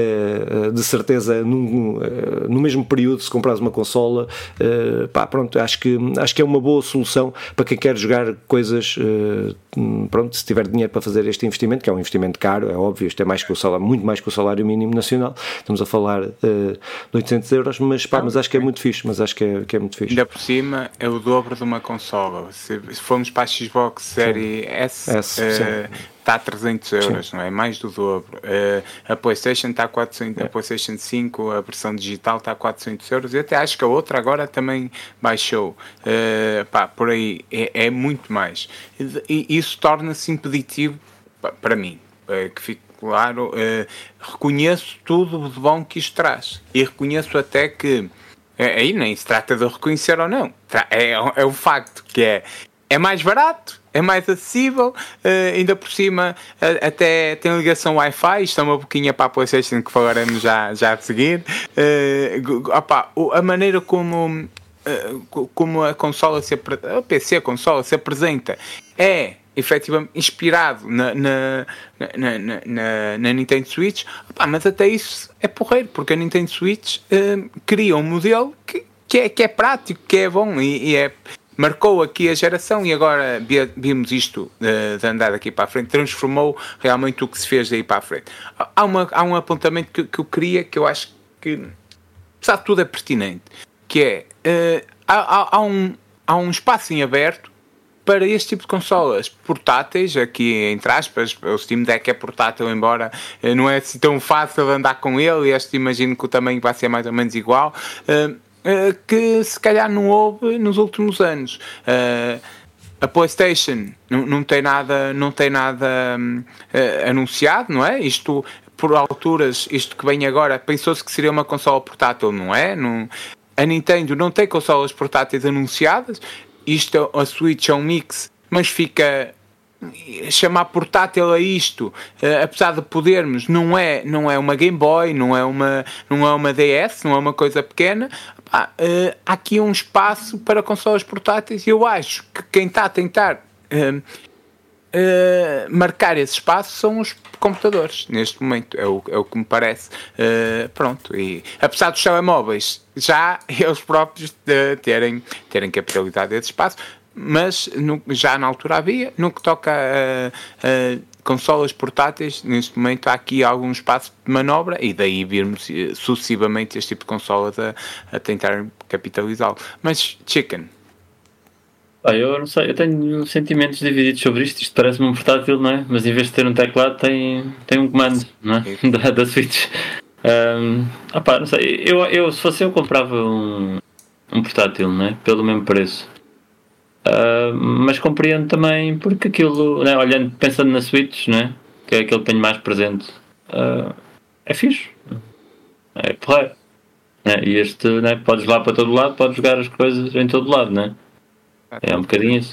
no mesmo período, se comprares uma consola. Pronto, acho que é uma boa solução para quem quer jogar coisas, pronto, se tiver dinheiro para fazer este investimento, que é um investimento caro, é óbvio, isto é muito mais que o salário salário mínimo nacional. Estamos a falar de 800 euros, mas acho que é muito fixe. Mas acho que é muito fixe. Ainda por cima é o dobro de uma consola. Se formos para a Xbox Série S, está a 300 euros, não é? Mais do dobro. A PlayStation está a 400, a PlayStation 5, a versão digital está a 400 euros. Eu até acho que a outra agora também baixou. Por aí é muito mais. E isso torna-se impeditivo para mim, que fique claro. Reconheço tudo de bom que isto traz. E reconheço até que aí nem se trata de reconhecer ou não. É o facto que é mais barato, é mais acessível, ainda por cima até tem ligação Wi-Fi. Isto é uma boquinha para a PlayStation que falaremos já a seguir. A maneira como a consola a PC, a consola se apresenta é efetivamente inspirado na Nintendo Switch, mas até isso é porreiro, porque a Nintendo Switch cria um modelo que é prático, que é bom e marcou aqui a geração. E agora vimos isto de andar daqui para a frente, transformou realmente o que se fez daí para a frente. Há um apontamento que eu queria, que eu acho que, apesar de tudo, é pertinente, que é há um espaço em aberto para este tipo de consolas portáteis, aqui entre aspas. O Steam Deck é portátil, embora não é assim tão fácil de andar com ele, e este imagino que o tamanho vai ser mais ou menos igual, que se calhar não houve nos últimos anos. A PlayStation não tem nada anunciado, não é? Isto, por alturas, isto que vem agora, pensou-se que seria uma consola portátil, não é? A Nintendo não tem consolas portáteis anunciadas. Isto, a Switch é um mix, mas fica chamar portátil a isto, apesar de podermos, não é uma Game Boy, não é uma DS, não é uma coisa pequena. Há aqui um espaço para consolas portáteis, e eu acho que quem está a tentar marcar esse espaço são os computadores, neste momento, é o que me parece. Pronto, e apesar dos telemóveis já eles próprios terem capitalidade desse espaço, mas já na altura havia. No que toca a consolas portáteis, neste momento há aqui algum espaço de manobra, e daí virmos sucessivamente este tipo de consolas a tentar capitalizá-lo. Mas Chicken, eu não sei, eu tenho sentimentos divididos sobre isto. Isto parece-me um portátil, não é? Mas em vez de ter um teclado, tem um comando, não é? da Switch. Não sei, eu se fosse eu comprava um portátil, não é? Pelo mesmo preço. Mas compreendo também, porque aquilo, né, pensando na Switch, né, que é aquilo que tenho mais presente, é fixe, é porreiro, né? E este, né, podes lá para todo lado, podes jogar as coisas em todo lado, né? É um bocadinho isso.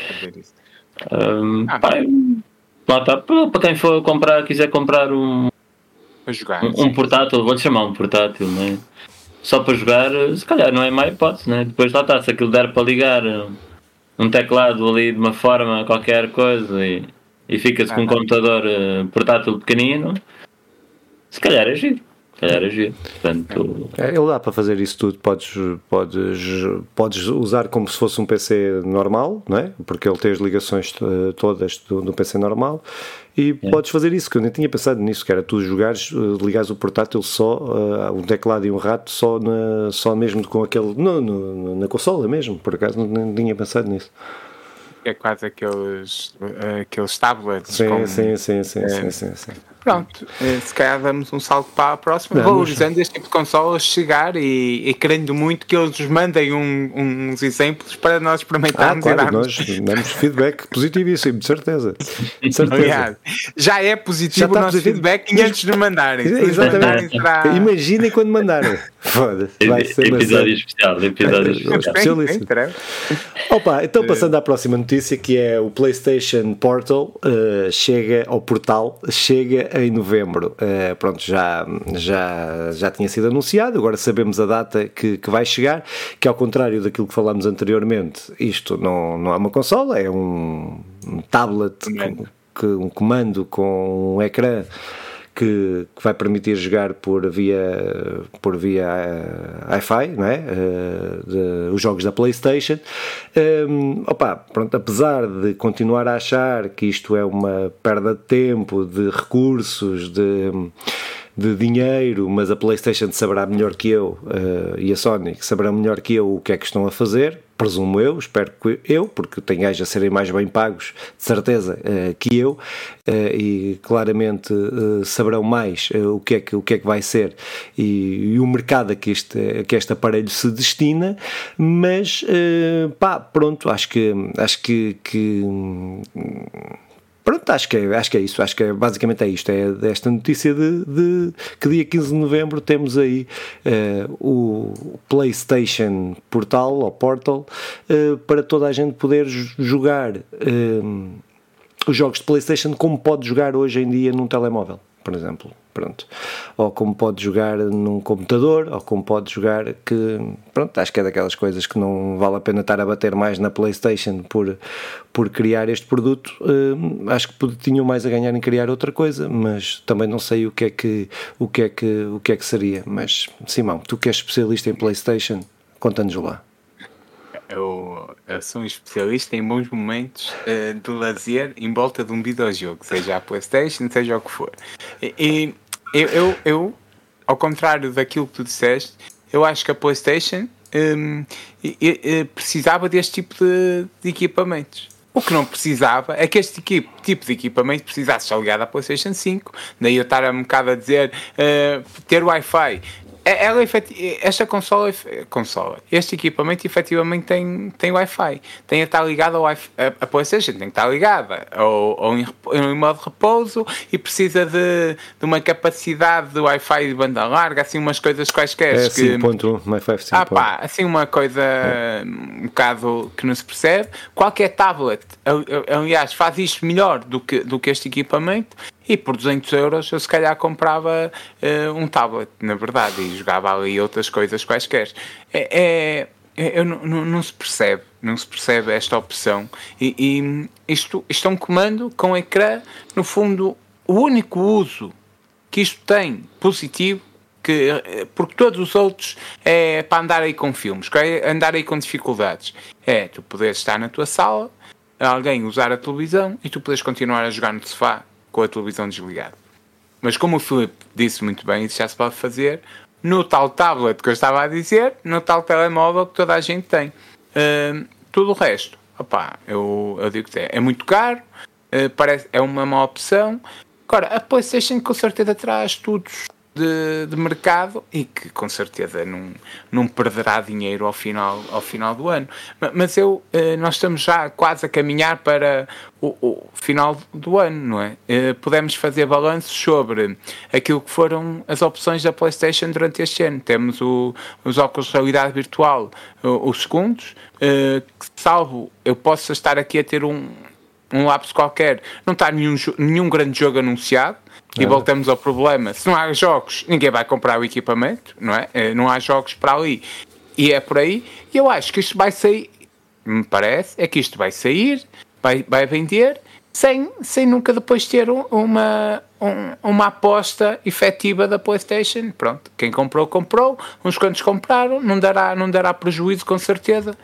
Lá está, para quem for quiser comprar um portátil, vou-lhe chamar um portátil, né? Só para jogar, se calhar não é má hipótese, né? Depois lá está, se aquilo der para ligar um teclado ali de uma forma, qualquer coisa, e fica-se com um computador portátil pequenino, se calhar é giro. Portanto, ele dá para fazer isso tudo. Podes usar como se fosse um PC normal, não é? Porque ele tem as ligações todas do PC normal, e podes fazer isso, que eu nem tinha pensado nisso, que era tu ligares o portátil só, um teclado e um rato só mesmo com aquele na consola mesmo. Por acaso não tinha pensado nisso. É quase aqueles tablets. Sim. Pronto, se calhar damos um salto para a próxima, valorizando este tipo de consolas, chegar e querendo muito que eles nos mandem uns exemplos para nós experimentarmos. Claro, nós damos feedback positivíssimo, de certeza. Aliás, já é positivo o nosso feedback e antes de mandarem. Exatamente. Imaginem quando mandarem. Foda-se. Vai ser episódio especial. Especialíssimo. Então passando à próxima notícia, que é o PlayStation Portal, chega em novembro. Pronto, já tinha sido anunciado, agora sabemos a data que vai chegar, que ao contrário daquilo que falámos anteriormente, isto não é uma consola, é um tablet, um comando com um ecrã que vai permitir jogar por via Wi-Fi, não é? Os jogos da PlayStation. Pronto, apesar de continuar a achar que isto é uma perda de tempo, de recursos, de dinheiro, mas a PlayStation saberá melhor que eu e a Sony saberá melhor que eu o que é que estão a fazer, presumo eu, espero que eu, porque tem gajos a serem mais bem pagos, de certeza, que eu, e claramente saberão mais o que é que vai ser e o mercado a que este aparelho se destina, mas pronto, acho que pronto, acho que é isso, acho que basicamente é isto, é esta notícia de que dia 15 de novembro temos aí o PlayStation Portal, ou Portal, para toda a gente poder jogar os jogos de PlayStation como pode jogar hoje em dia num telemóvel, por exemplo, pronto, ou como pode jogar num computador, ou como pode jogar, que pronto, acho que é daquelas coisas que não vale a pena estar a bater mais na PlayStation por criar este produto. Acho que tinham mais a ganhar em criar outra coisa, mas também não sei o que é que seria. Mas Simão, tu que és especialista em PlayStation, conta-nos lá. Eu sou um especialista em bons momentos de lazer em volta de um videojogo, seja a PlayStation, seja o que for. E eu, ao contrário daquilo que tu disseste, eu acho que a PlayStation precisava deste tipo de equipamentos. O que não precisava é que este tipo de equipamento precisasse estar ligado à PlayStation 5, daí eu estar um bocado a dizer ter Wi-Fi. Esta consola, este equipamento efetivamente tem Wi-Fi, tem a estar ligado ao Wi-Fi, a PlayStation tem que estar ligada ou em modo repouso e precisa de uma capacidade de Wi-Fi de banda larga, assim umas coisas quaisquer. É 5.1, Wi-Fi 5.1. Assim uma coisa um bocado que não se percebe. Qualquer tablet, aliás, faz isto melhor do que este equipamento. E por 200 euros eu se calhar comprava um tablet, na verdade, e jogava ali outras coisas quaisquer. Não se percebe esta opção. E isto é um comando com ecrã, no fundo, o único uso que isto tem positivo, porque todos os outros é para andar aí com filmes, andar aí com dificuldades. Tu poderes estar na tua sala, alguém usar a televisão e tu poderes continuar a jogar no sofá com a televisão desligada. Mas como o Filipe disse muito bem, isso já se pode fazer no tal tablet que eu estava a dizer, no tal telemóvel que toda a gente tem. Tudo o resto, eu digo que é muito caro, é uma má opção. Agora, a PlayStation com certeza traz estudos de mercado e que com certeza não perderá dinheiro ao final do ano. Mas nós estamos já quase a caminhar para o final do ano, não é? Podemos fazer balanços sobre aquilo que foram as opções da PlayStation durante este ano. Temos os óculos de realidade virtual, os segundos, salvo eu possa estar aqui a ter um lapso qualquer, não está nenhum grande jogo anunciado. E voltamos ao problema, se não há jogos, ninguém vai comprar o equipamento, não é? Não há jogos para ali. E é por aí. E eu acho que isto vai sair, me parece, é que isto vai sair, vai vender, sem nunca depois ter uma aposta efetiva da PlayStation. Pronto, quem comprou, uns quantos compraram, não dará prejuízo com certeza.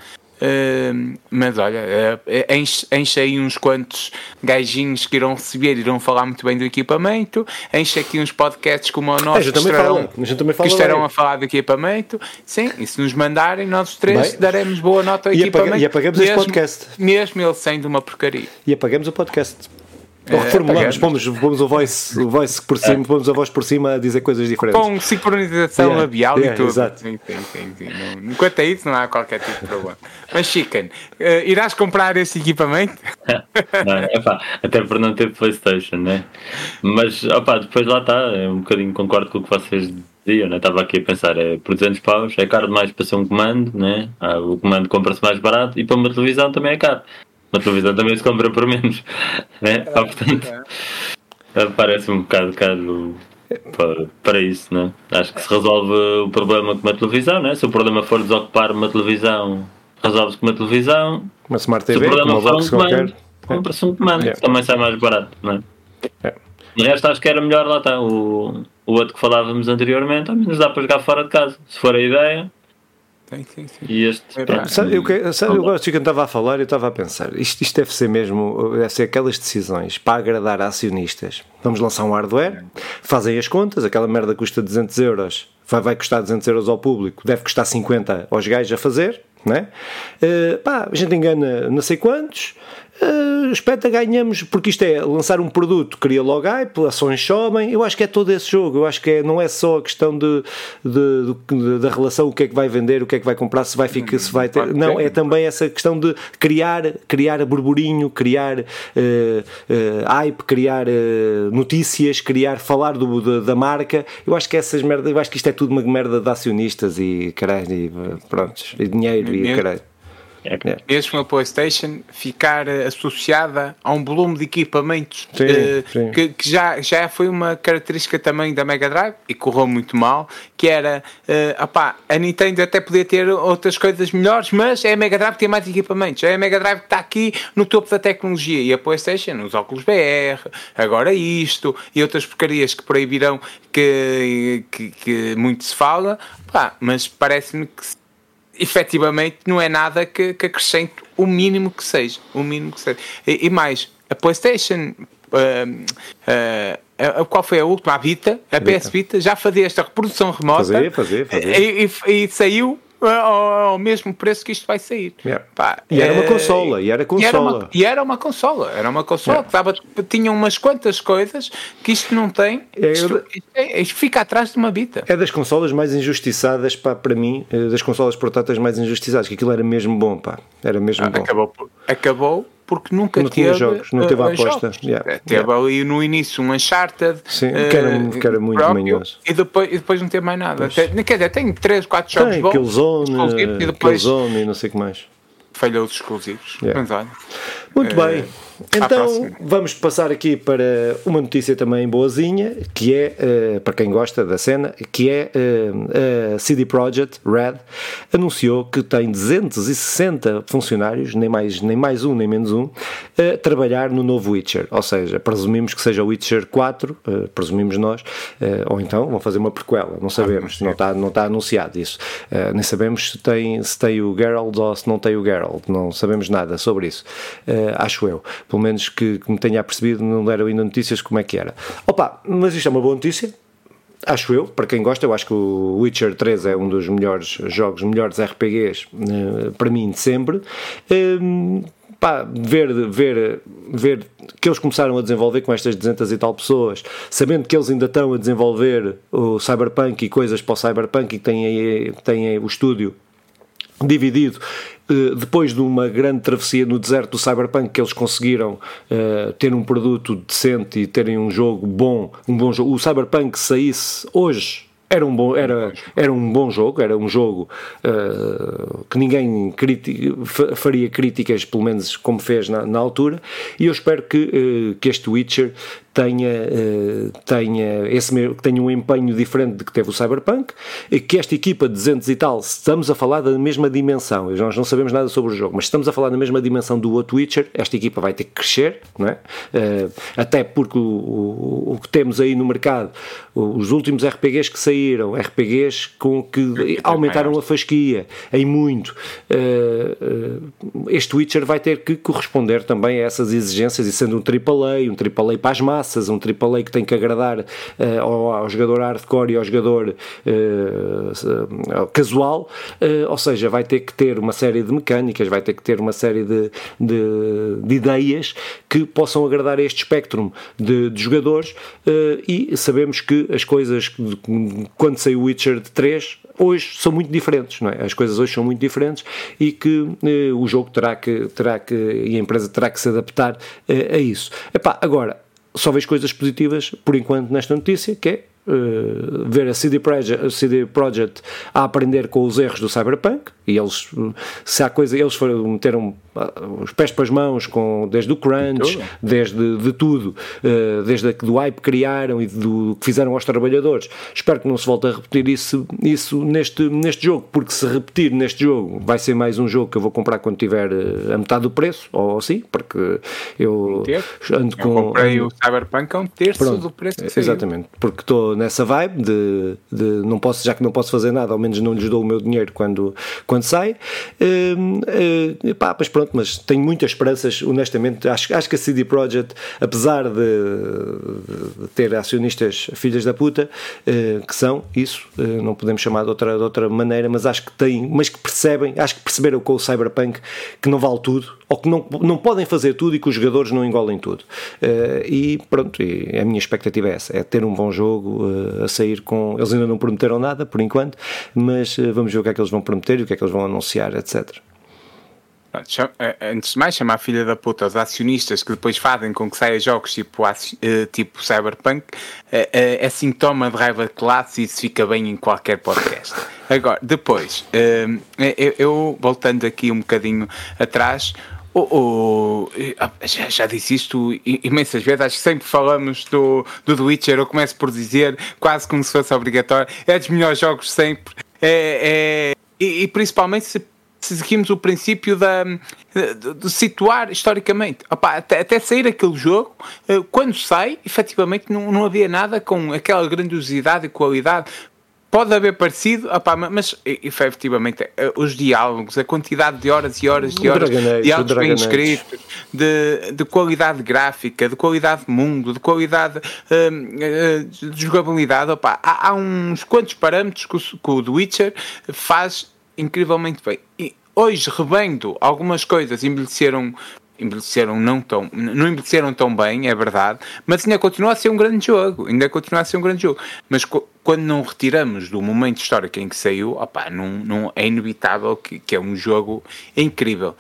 Mas olha, enche aí uns quantos gajinhos que irão irão falar muito bem do equipamento, enche aqui uns podcasts como o nosso que estarão a falar do equipamento. Sim, e se nos mandarem, nós os três daremos boa nota ao equipamento e apagamos este podcast, mesmo ele sendo uma porcaria, e apagamos o podcast. Ou reformulamos, pomos o voice por cima, pomos a voz por cima a dizer coisas diferentes. Com sincronização labial e tudo. Exato. Sim. Enquanto é isso, não há qualquer tipo de problema. Mas, Chicken, irás comprar esse equipamento? Não, até por não ter PlayStation, né? Mas, depois lá está, um bocadinho concordo com o que vocês diziam, né? Estava aqui a pensar, por 200 paus, é caro demais para ser um comando, né? O comando compra-se mais barato e para uma televisão também é caro. Uma televisão também se compra por menos, né? Portanto, parece um bocado caro para isso, né? Acho que se resolve o problema com uma televisão, né? Se o problema for desocupar uma televisão, resolve-se com uma televisão. Uma Smart TV, se o problema for um comando, compra-se um comando, também sai mais barato, né? De resto, acho que era melhor, lá está, o outro que falávamos anteriormente, ao menos dá para jogar fora de casa, se for a ideia. Sim. E este, pronto. Sabe, eu gosto de quando estava a falar, eu estava a pensar, isto deve ser mesmo, deve ser aquelas decisões para agradar a acionistas. Vamos lançar um hardware, fazem as contas, aquela merda custa 200 euros, vai custar 200 euros ao público, deve custar 50 aos gajos a fazer, não é? A gente engana não sei quantos, espeta, ganhamos, porque isto é lançar um produto, cria logo hype, ações sobem. Eu acho que é todo esse jogo. Eu acho que não é só a questão da relação, o que é que vai vender, o que é que vai comprar, se vai ficar, se vai ter. Não, é também essa questão de criar burburinho, criar hype, criar notícias, falar da marca. Eu acho que essas merdas, eu acho que isto é tudo uma merda de acionistas e caralho, e prontos, e dinheiro e caralho. Mesmo a PlayStation ficar associada a um volume de equipamentos que já foi uma característica também da Mega Drive e correu muito mal, que era a Nintendo até podia ter outras coisas melhores, mas é a Mega Drive que tem mais equipamentos, é a Mega Drive que está aqui no topo da tecnologia, e a PlayStation, os óculos VR, agora isto e outras porcarias que por aí virão que muito se fala, mas parece-me que efetivamente não é nada que acrescente o mínimo que seja. E mais, a PlayStation, qual foi a última? A Vita, a PS Vita, já fazia esta reprodução remota. Fazia. E saiu ao mesmo preço que isto vai sair. Era uma consola. Era uma consola que tinha umas quantas coisas que isto não tem. Isto fica atrás de uma Vita. É das consolas mais injustiçadas, para mim, das consolas portáteis mais injustiçadas, que aquilo era mesmo bom, Era mesmo bom. Acabou porque nunca não teve jogos, não teve a aposta. Teve ali no início um Uncharted, que era muito manhoso. E depois não teve mais nada. Quer dizer, tem 3, 4 jogos bons. Killzone e não sei o que mais. Falhou os exclusivos. Mas olha. Muito bem. Então vamos passar aqui para uma notícia também boazinha, que é, para quem gosta da cena, que é a CD Projekt Red anunciou que tem 260 funcionários, nem mais um, nem menos um, a trabalhar no novo Witcher. Ou seja, presumimos que seja o Witcher 4, presumimos nós, ou então vão fazer uma prequela, não sabemos, não está anunciado isso. Nem sabemos se tem o Geralt ou se não tem o Geralt, não sabemos nada sobre isso, acho eu. Pelo menos que me tenha apercebido, não deram ainda notícias como é que era. Mas isto é uma boa notícia, acho eu, para quem gosta. Eu acho que o Witcher 3 é um dos melhores jogos, melhores RPGs para mim de sempre. Ver que eles começaram a desenvolver com estas 200 e tal pessoas, sabendo que eles ainda estão a desenvolver o Cyberpunk e coisas para o Cyberpunk, e têm o estúdio dividido, depois de uma grande travessia no deserto do Cyberpunk, que eles conseguiram ter um produto decente e terem um jogo bom, jogo. O Cyberpunk saísse hoje era um bom jogo, era um jogo que ninguém faria críticas, pelo menos como fez na altura, e eu espero que este Witcher tenha um empenho diferente de que teve o Cyberpunk, e que esta equipa de 200 e tal, estamos a falar da mesma dimensão, nós não sabemos nada sobre o jogo, mas estamos a falar da mesma dimensão do outro Witcher, esta equipa vai ter que crescer, não é? Até porque o que temos aí no mercado, os últimos RPGs que saíram, RPGs com que aumentaram a fasquia em muito, este Witcher vai ter que corresponder também a essas exigências, e sendo um AAA para as massas, um AAA que tem que agradar ao jogador hardcore e ao jogador casual, ou seja, vai ter que ter uma série de mecânicas, vai ter que ter uma série de ideias que possam agradar a este espectro de jogadores, e sabemos que as coisas, quando saiu o Witcher 3, hoje são muito diferentes, não é? As coisas hoje são muito diferentes, e que o jogo e a empresa terá que se adaptar a isso. Agora, só vejo coisas positivas por enquanto nesta notícia, que é ver a CD Projekt a aprender com os erros do Cyberpunk, e eles meteram os pés para as mãos desde o crunch, desde tudo, desde do hype que criaram e do que fizeram aos trabalhadores. Espero que não se volte a repetir isso neste jogo, porque se repetir neste jogo vai ser mais um jogo que eu vou comprar quando tiver a metade do preço, ou assim, porque eu comprei o Cyberpunk a um terço do preço que saiu. Exatamente, porque estou nessa vibe de não posso, já que não posso fazer nada, ao menos não lhes dou o meu dinheiro quando sai. Mas pronto, mas tenho muitas esperanças, honestamente. Acho que a CD Projekt, apesar de ter acionistas filhas da puta, que são isso, não podemos chamar de outra maneira, mas acho que perceberam com o Cyberpunk que não vale tudo, ou que não podem fazer tudo e que os jogadores não engolem tudo. E pronto, e a minha expectativa é essa, é ter um bom jogo a sair com... Eles ainda não prometeram nada, por enquanto, mas vamos ver o que é que eles vão prometer e o que é que eles vão anunciar, etc. Antes de mais, chamar a filha da puta aos acionistas que depois fazem com que saia jogos tipo Cyberpunk é sintoma de raiva de classe, e isso fica bem em qualquer podcast. Agora, depois, eu voltando aqui um bocadinho atrás, já disse isto imensas vezes, acho que sempre falamos do The Witcher. Eu começo por dizer, quase como se fosse obrigatório, é dos melhores jogos sempre, e principalmente se seguimos o princípio de situar historicamente. Até sair aquele jogo, quando sai, efetivamente não havia nada com aquela grandiosidade e qualidade. Pode haver parecido, mas efetivamente os diálogos, a quantidade de horas e horas de diálogos bem escritos, de qualidade gráfica, de qualidade de mundo, de qualidade de jogabilidade, há uns quantos parâmetros que o The Witcher faz incrivelmente bem. E hoje, revendo algumas coisas, não envelheceram tão bem, é verdade, mas ainda continua a ser um grande jogo, mas quando não retiramos do momento histórico em que saiu, não é inevitável que é um jogo incrível.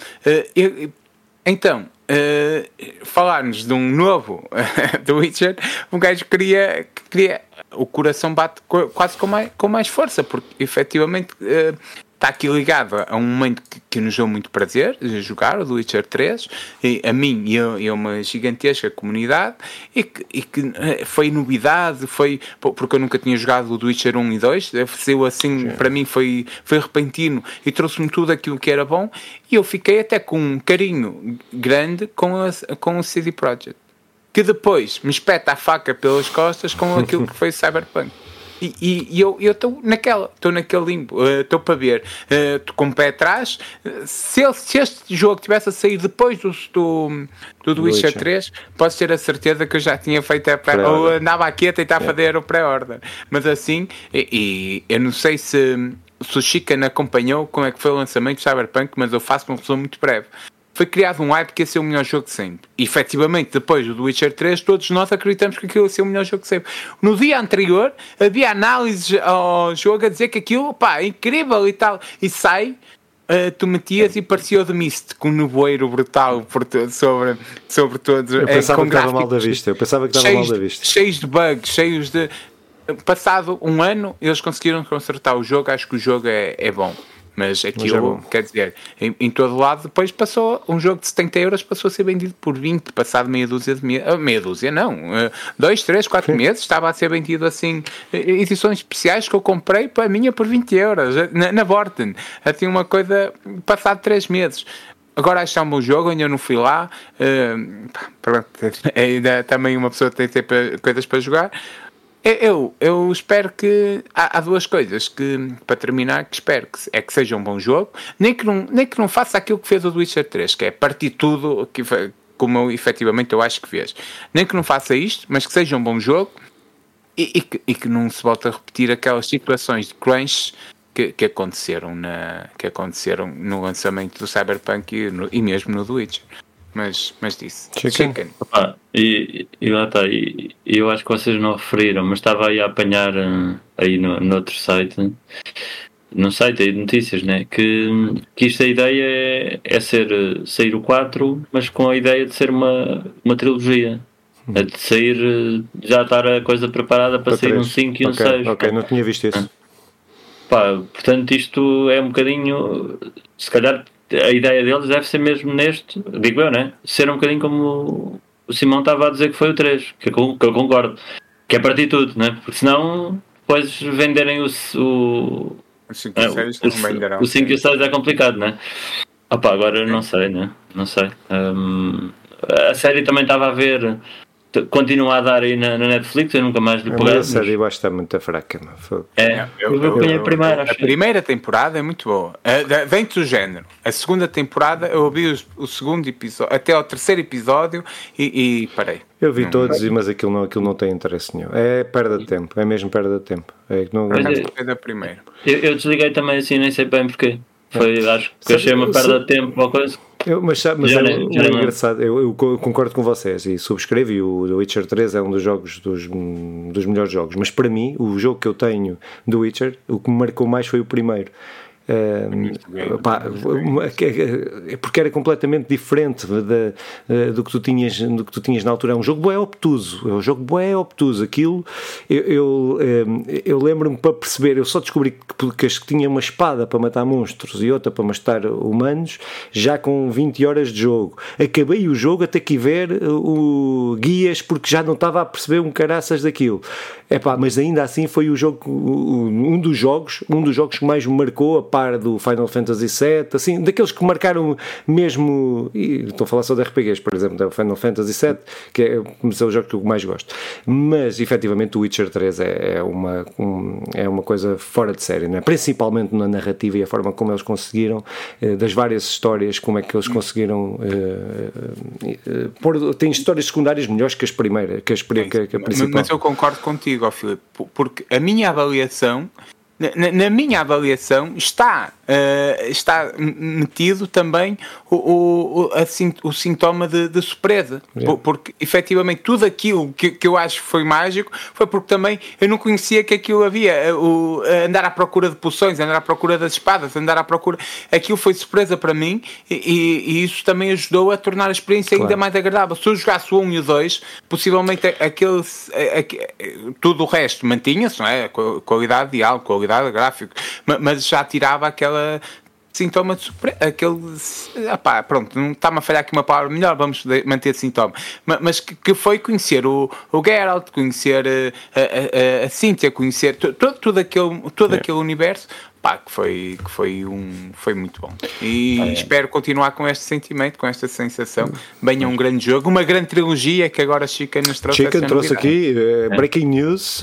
Então, falar-nos de um novo The Witcher, um gajo queria o coração bate quase com mais força, porque efetivamente está aqui ligado a um momento que nos deu muito prazer jogar, o The Witcher 3, a mim e a uma gigantesca comunidade, e que foi novidade, porque eu nunca tinha jogado o The Witcher 1 e 2, saiu assim, para mim foi repentino e trouxe-me tudo aquilo que era bom, e eu fiquei até com um carinho grande com o CD Projekt, que depois me espeta a faca pelas costas com aquilo que foi Cyberpunk. E eu estou naquele limbo, estou para ver, estou com o pé atrás. Se este jogo tivesse a sair depois do The Witcher 3, posso ter a certeza que eu já tinha feito a pré-order, ou andava aqui a tentar fazer o pré-order. Mas assim, e eu não sei se o Chicken acompanhou como é que foi o lançamento do Cyberpunk, mas eu faço uma resumo muito breve. Foi criado um hype que ia ser o melhor jogo de sempre. E, efetivamente, depois do The Witcher 3, todos nós acreditamos que aquilo ia ser o melhor jogo de sempre. No dia anterior, havia análises ao jogo a dizer que aquilo, é incrível e tal. E sai, tu metias e parecia o The Mist, com um nevoeiro brutal sobre todos. Eu pensava que estava mal da vista. Cheios de bugs, cheios de... Passado um ano, eles conseguiram consertar o jogo. Acho que o jogo é bom. Mas aquilo, quer dizer, em todo lado, depois passou, um jogo de 70 euros passou a ser vendido por 20, passado meia dúzia de meses, meia dúzia não, 2, 3, 4 meses, estava a ser vendido assim, edições especiais que eu comprei para mim por 20 euros, na Vorten, tinha uma coisa, passado 3 meses. Agora acho que é um bom jogo, ainda não fui lá, ainda também uma pessoa tem sempre coisas para jogar. Eu espero que há duas coisas que, para terminar, que espero que seja um bom jogo, nem que não faça aquilo que fez o The Witcher 3, que é partir tudo como eu, efetivamente eu acho que fez, nem que não faça isto, mas que seja um bom jogo e que não se volte a repetir aquelas situações de crunch que aconteceram no lançamento do Cyberpunk e mesmo no The Witcher. Mas disse Chicken. E lá está, e eu acho que vocês não referiram, mas estava aí a apanhar aí no outro site, num site aí de notícias, né? Que isto, a ideia é sair o 4, mas com a ideia de ser uma trilogia. De sair, já estar a coisa preparada para sair 3. Um 5 e um 6. Ok, não tinha visto isso. Portanto, isto é um bocadinho, se calhar a ideia deles deve ser mesmo neste, digo eu, né? Ser um bocadinho como o Simão estava a dizer que foi o 3, que eu concordo, que é partir tudo, né? Porque senão depois venderem o 5 e o 6 é complicado, né? Agora não sei, né? Não sei. A série também estava a ver continua a dar aí na Netflix, eu nunca mais lhe peguei. Mas a série eu acho que está muito fraca. Eu ponho a primeira. A primeira temporada é muito boa. Dentro do género. A segunda temporada, eu ouvi o segundo episódio, até ao terceiro episódio e parei. Eu vi todos, mas aquilo não tem interesse nenhum. É perda de tempo, é mesmo perda de tempo. É da primeira. Eu desliguei também assim, nem sei bem porquê. Acho que achei uma perda de tempo ou coisa. Mas é engraçado, eu concordo com vocês e subscrevo, e o The Witcher 3 é um dos jogos dos melhores jogos, mas para mim, o jogo que eu tenho do Witcher, o que me marcou mais foi o primeiro. Porque era completamente diferente do que tu tinhas na altura. É um jogo bué obtuso, aquilo. Eu lembro-me, para perceber, eu só descobri que tinha uma espada para matar monstros e outra para matar humanos já com 20 horas de jogo. Acabei o jogo até que ver guias, porque já não estava a perceber um caraças daquilo. Mas ainda assim foi o jogo, um dos jogos que mais me marcou, a par do Final Fantasy VII, assim, daqueles que marcaram mesmo, e estou a falar só de RPGs, por exemplo, do Final Fantasy VII, que é o jogo que eu mais gosto. Mas, efetivamente, o Witcher 3 é uma coisa fora de série, não é? Principalmente na narrativa e a forma como eles conseguiram, das várias histórias, como é que eles conseguiram tem histórias secundárias melhores que as primeiras, que a principal. Mas eu concordo contigo, Filipe, porque a minha avaliação, na minha avaliação, está metido também o sintoma de surpresa, porque efetivamente tudo aquilo que eu acho que foi mágico foi porque também eu não conhecia que aquilo havia, andar à procura de poções, andar à procura das espadas, aquilo foi surpresa para mim, e isso também ajudou a tornar a experiência ainda mais agradável. Se eu jogasse o 1 e o 2, possivelmente tudo o resto mantinha-se, não é? Qualidade de áudio, qualidade gráfica, mas já tirava aquela sintoma de surpresa, pronto, não está-me a falhar aqui uma palavra melhor, vamos manter sintoma, mas que foi conhecer o Geralt, conhecer a Cynthia, conhecer todo aquele universo, que foi muito bom, e espero continuar com este sentimento, com esta sensação. Venha um grande jogo, uma grande trilogia que agora Chica nos trouxe. Chica trouxe aqui breaking news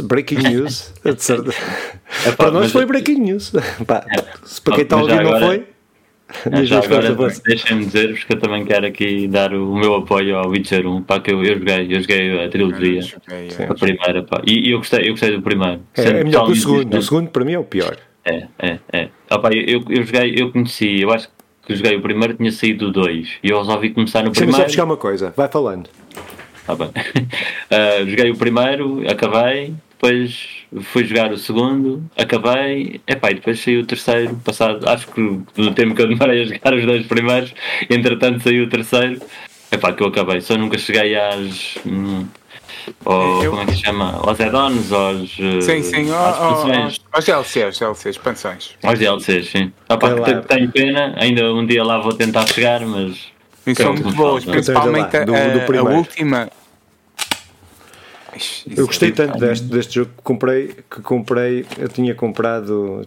para nós foi breaking news, para quem está a ouvir não foi. Já agora deixem-me dizer-vos que eu também quero aqui dar o meu apoio ao Witcher 1, que eu joguei a trilogia, a primeira, e eu gostei do primeiro. É melhor que o segundo para mim é o pior. Eu conheci, eu acho que joguei o primeiro, tinha saído o 2 e eu resolvi começar no primeiro. Deixa-me só buscar uma coisa, vai falando. Bem. Joguei o primeiro, acabei, depois fui jogar o segundo, acabei, e depois saiu o terceiro, passado, acho que no tempo que eu demorei a jogar os dois primeiros, entretanto saiu o terceiro, que eu acabei, só nunca cheguei às... como é que se chama? Aos add-ons, aos DLCs, expansões. Aos DLCs, sim. Tenho pena, ainda um dia lá vou tentar chegar, mas... E são muito boas, principalmente a última. Eu gostei tanto deste jogo que comprei. Eu tinha comprado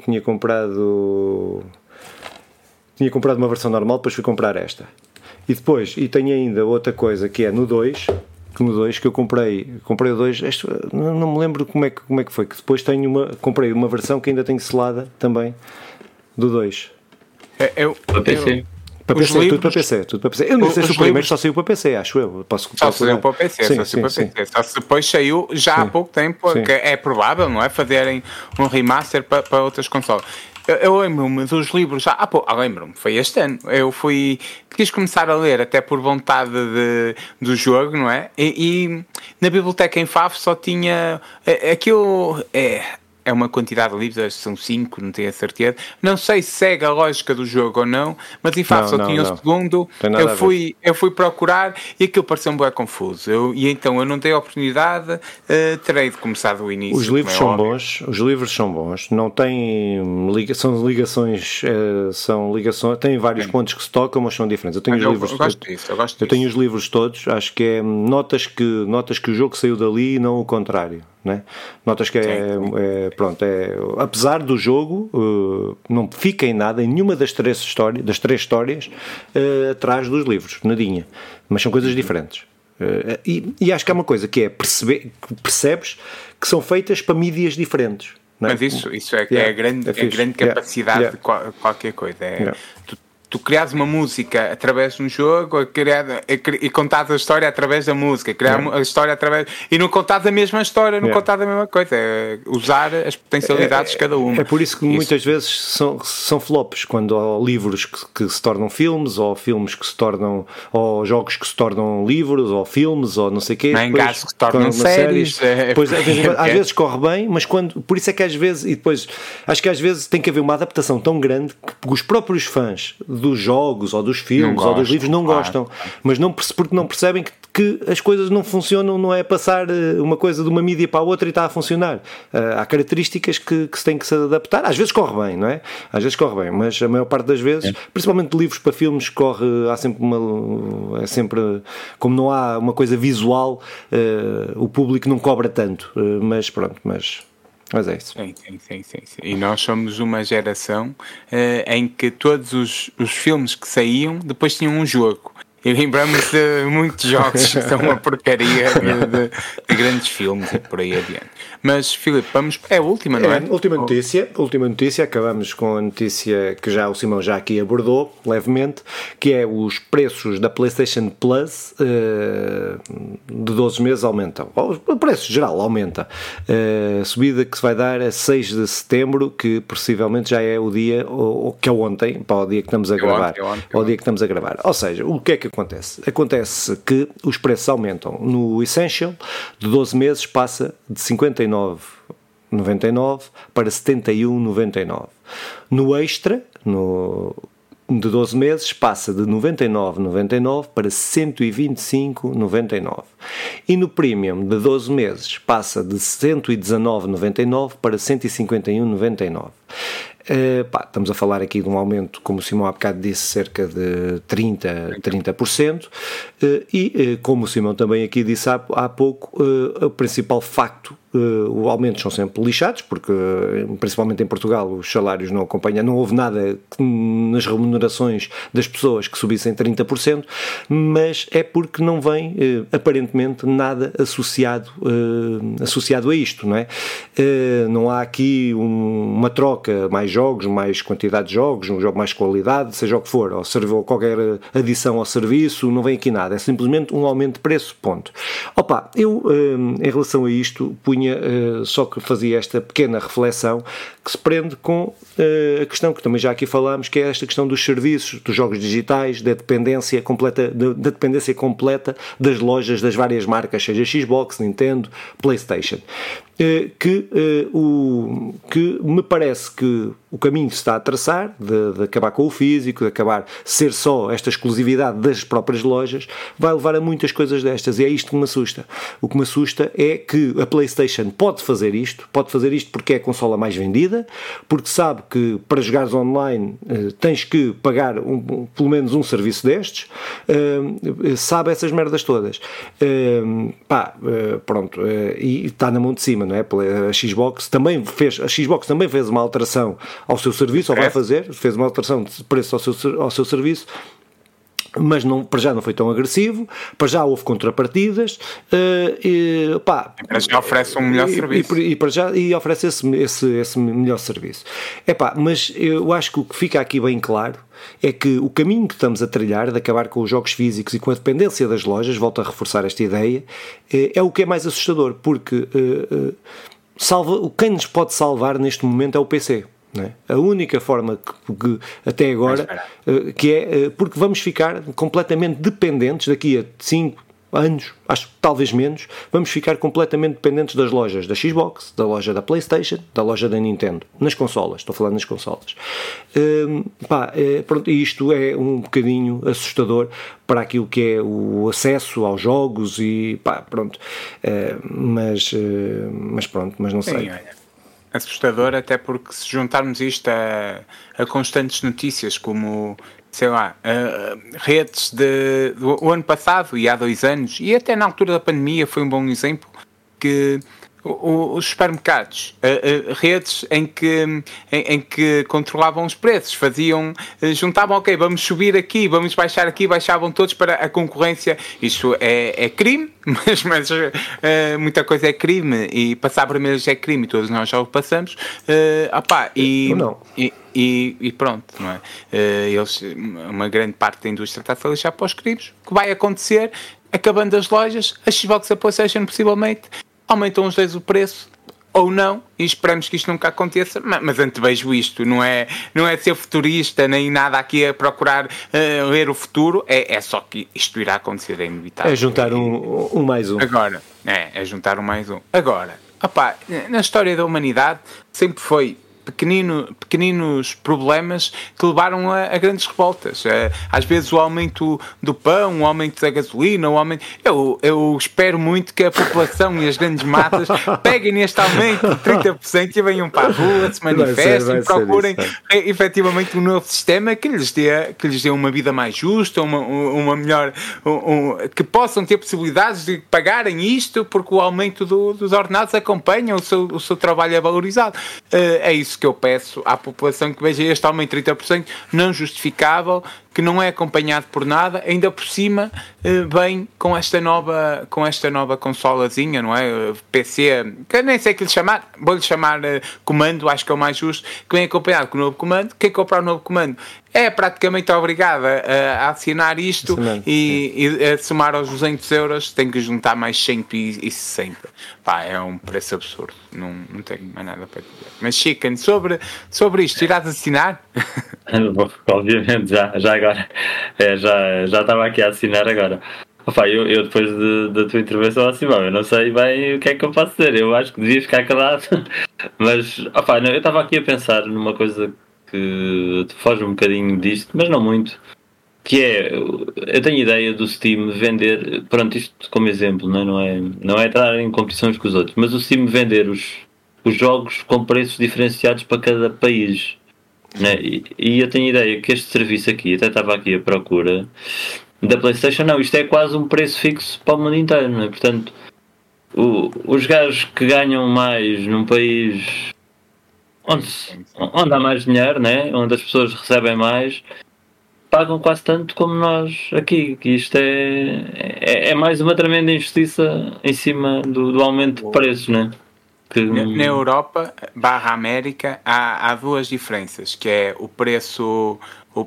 uma versão normal, depois fui comprar esta. E tenho ainda outra coisa que é no 2 que eu comprei o 2, não me lembro como é que foi, que depois comprei uma versão que ainda tenho selada também do 2. Para PC. Tudo para PC. Eu não sei se o primeiro só saiu para PC, acho eu. Só saiu para PC, só se depois saiu já há pouco tempo, que é provável, não é? Fazerem um remaster para outras consoles. Eu lembro-me dos livros, lembro-me, foi este ano, quis começar a ler até por vontade do jogo, não é? E na biblioteca em Faf só tinha aquilo, é uma quantidade de livros, são 5, não tenho a certeza, não sei se segue a lógica do jogo ou não, mas em Faf só tinha o segundo, eu fui procurar e aquilo pareceu-me bem confuso, e então eu não dei a oportunidade, terei de começar do início. Os livros são bons, não têm ligações, têm vários pontos que se tocam, mas são diferentes. Eu tenho os livros todos, acho que é notas que o jogo saiu dali e não o contrário. Né? Notas que apesar do jogo não fica em nada, em nenhuma das três histórias atrás dos livros, nadinha, mas são coisas diferentes. E acho que há uma coisa que é percebes que são feitas para mídias diferentes. Não é? Mas isso é, é a grande capacidade de qualquer coisa. Tu crias uma música através de um jogo e contas a história através da música, criar a história através. E não contas a mesma história, não contas a mesma coisa. É usar as potencialidades de cada uma. É por isso que muitas vezes são flops, quando há livros que se tornam filmes, ou filmes que se tornam. Ou jogos que se tornam livros, ou filmes, ou não sei o quê. Nem gajos que se tornam séries. Depois, às vezes corre bem, mas por isso é que às vezes. E depois, acho que às vezes tem que haver uma adaptação tão grande que os próprios fãs dos jogos ou dos filmes ou dos livros não gostam, mas porque não percebem que as coisas não funcionam, não é passar uma coisa de uma mídia para a outra e está a funcionar. Há características que se tem que se adaptar. Às vezes corre bem, não é? Às vezes corre bem, mas a maior parte das vezes, principalmente de livros para filmes, há sempre como não há uma coisa visual, o público não cobra tanto, mas pronto, mas é isso. Sim. E nós somos uma geração em que todos os filmes que saíam depois tinham um jogo. E lembramos de muitos jogos que são uma porcaria de grandes filmes e por aí adiante. Mas, Filipe, é a última, não é? Última notícia, acabamos com a notícia que já o Simão já aqui abordou levemente, que é os preços da PlayStation Plus de 12 meses aumentam. O preço geral aumenta. A subida que se vai dar a 6 de setembro, que possivelmente já é o dia, que é ontem, para o dia que estamos a gravar. Ao dia que estamos a gravar. Ou seja, o que é que acontece? Acontece que os preços aumentam. No Essential, de 12 meses passa de 59,99 para 71,99. No Extra, de 12 meses, passa de 99,99 para 125,99. E no Premium, de 12 meses, passa de 119,99 para 151,99. Estamos a falar aqui de um aumento, como o Simão há bocado disse, cerca de 30%, e como o Simão também aqui disse há pouco, o principal facto, os aumentos são sempre lixados, porque principalmente em Portugal os salários não acompanham, não houve nada nas remunerações das pessoas que subissem 30%, mas é porque não vem aparentemente nada associado a isto, não é? Não há aqui uma troca, mais jogos, mais quantidade de jogos, um jogo mais qualidade, seja o que for, ou qualquer adição ao serviço, não vem aqui nada, é simplesmente um aumento de preço, ponto. Eu em relação a isto só que fazia esta pequena reflexão que se prende com a questão que também já aqui falámos, que é esta questão dos serviços, dos jogos digitais, da dependência completa das lojas das várias marcas, seja Xbox, Nintendo, PlayStation. Que me parece que o caminho que se está a traçar de acabar com o físico, de acabar ser só esta exclusividade das próprias lojas, vai levar a muitas coisas destas, e é isto que me assusta. O que me assusta é que a PlayStation pode fazer isto porque é a consola mais vendida, porque sabe que para jogares online tens que pagar pelo menos um serviço destes, sabe essas merdas todas. E está na mão de cima, não é? A Xbox também fez uma alteração ao seu serviço, ou vai fazer, fez uma alteração de preço ao seu serviço, mas para já não foi tão agressivo, para já houve contrapartidas, para já oferece um melhor serviço. E oferece esse melhor serviço. Mas eu acho que o que fica aqui bem claro é que o caminho que estamos a trilhar de acabar com os jogos físicos e com a dependência das lojas, volto a reforçar esta ideia, é o que é mais assustador, porque quem nos pode salvar neste momento é o PC. Não é? A única forma que até agora, que é porque vamos ficar completamente dependentes daqui a 5 anos, acho que talvez menos, vamos ficar completamente dependentes das lojas da Xbox, da loja da PlayStation, da loja da Nintendo, nas consolas, estou falando nas consolas. Pronto, e isto é um bocadinho assustador para aquilo que é o acesso aos jogos e pronto, mas não sei. Sim, olha. Assustador, até porque se juntarmos isto a constantes notícias como, sei lá, redes do ano passado e há 2 anos, e até na altura da pandemia foi um bom exemplo, que os supermercados, redes em que controlavam os preços, juntavam, ok, vamos subir aqui, vamos baixar aqui, baixavam todos para a concorrência. Isso é crime, mas muita coisa é crime, e passar vermelhos é crime, todos nós já o passamos. E pronto, não é? Uma grande parte da indústria está-se a lixar para os crimes. O que vai acontecer, acabando as lojas, a Xbox e a PlayStation possivelmente aumentam os dois o preço, ou não, e esperamos que isto nunca aconteça, mas antevejo isto, não é ser futurista, nem nada aqui a procurar ler o futuro, é só que isto irá acontecer, é inevitável. É juntar um mais um. Agora, é juntar um mais um. Agora, na história da humanidade sempre foi pequeninos problemas que levaram a grandes revoltas. Às vezes o aumento do pão, o aumento da gasolina, eu espero muito que a população e as grandes massas peguem neste aumento de 30% e venham para a rua, se manifestem e procurem efetivamente um novo sistema que lhes dê uma vida mais justa, uma melhor, que possam ter possibilidades de pagarem isto, porque o aumento dos ordenados acompanha, o seu trabalho é valorizado. É isso que eu peço à população, que veja este aumento de 30% não justificável, que não é acompanhado por nada, ainda por cima vem com esta nova consolazinha, não é? PC, que nem sei que lhe chamar, vou-lhe chamar comando, acho que é o mais justo, que vem acompanhado com o novo comando. Quem comprar o novo comando é praticamente obrigado a assinar isto e a somar aos 200 euros tem que juntar mais 160. É um preço absurdo, não tenho mais nada para dizer. Mas Chicken, sobre isto, irás assinar? Obviamente, já agora. Já estava aqui a assinar agora. Eu depois da tua intervenção assim, eu não sei bem o que é que eu posso dizer. Eu acho que devia ficar calado. Mas, eu estava aqui a pensar numa coisa que foge um bocadinho disto, mas não muito. Que é, eu tenho ideia do Steam vender, pronto, isto como exemplo, não é entrar em competições com os outros, mas o Steam vender os jogos com preços diferenciados para cada país. Né? E eu tenho ideia que este serviço aqui, até estava aqui à procura da PlayStation, isto é quase um preço fixo para o mundo inteiro, não é? Portanto, os gajos que ganham mais num país onde há mais dinheiro, né? Onde as pessoas recebem mais, pagam quase tanto como nós aqui, que isto é mais uma tremenda injustiça em cima do aumento de preços, né? Na Europa /América há duas diferenças, que é o preço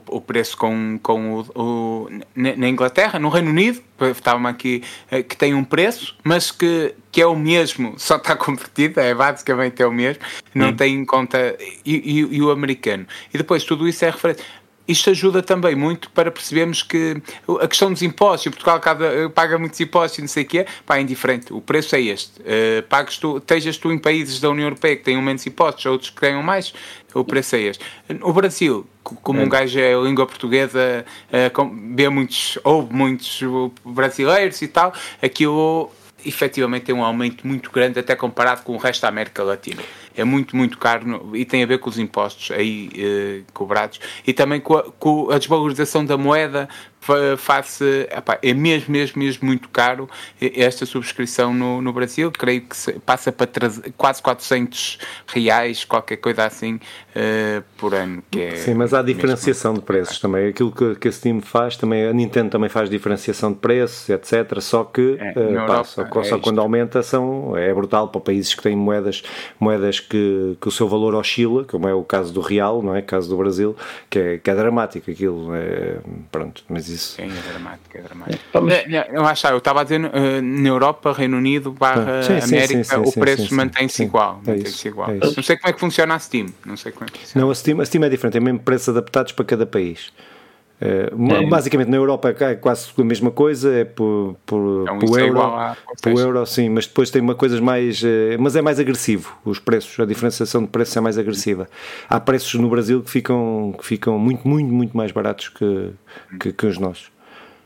na Inglaterra, no Reino Unido, estava aqui, que tem um preço, mas que é o mesmo, só está convertido, basicamente é o mesmo, não tem em conta, e o americano. E depois tudo isso é referente. Isto ajuda também muito para percebermos que a questão dos impostos, em Portugal paga muitos impostos e não sei o que é indiferente, o preço é este. Estejas tu em países da União Europeia que tenham menos impostos, outros que tenham mais, o preço é este. O Brasil, como um gajo é língua portuguesa, houve muitos brasileiros e tal, aquilo efetivamente tem um aumento muito grande até comparado com o resto da América Latina. É muito, muito caro e tem a ver com os impostos aí cobrados e também com a desvalorização da moeda face... é mesmo muito caro esta subscrição no Brasil. Creio que passa para quase 400 reais, qualquer coisa assim, por ano. Sim, mas há diferenciação de preços também. Aquilo que a Steam faz, também a Nintendo também faz diferenciação de preços, etc. Só que só quando aumenta é brutal para países que têm moedas que o seu valor oscila, como é o caso do Real, não é? O caso do Brasil, que é dramático aquilo. Pronto, mas isso... Sim, é dramático. Eu estava a dizer, na Europa, Reino Unido / América, o preço mantém-se igual. Não sei como é que funciona a Steam. Não, a Steam é diferente, é mesmo preços adaptados para cada país. Basicamente na Europa é quase a mesma coisa, é por euro, sim, mas depois tem coisas mais, mas é mais agressivo os preços, a diferenciação de preços é mais agressiva. Há preços no Brasil que ficam muito, muito, muito mais baratos que os nossos.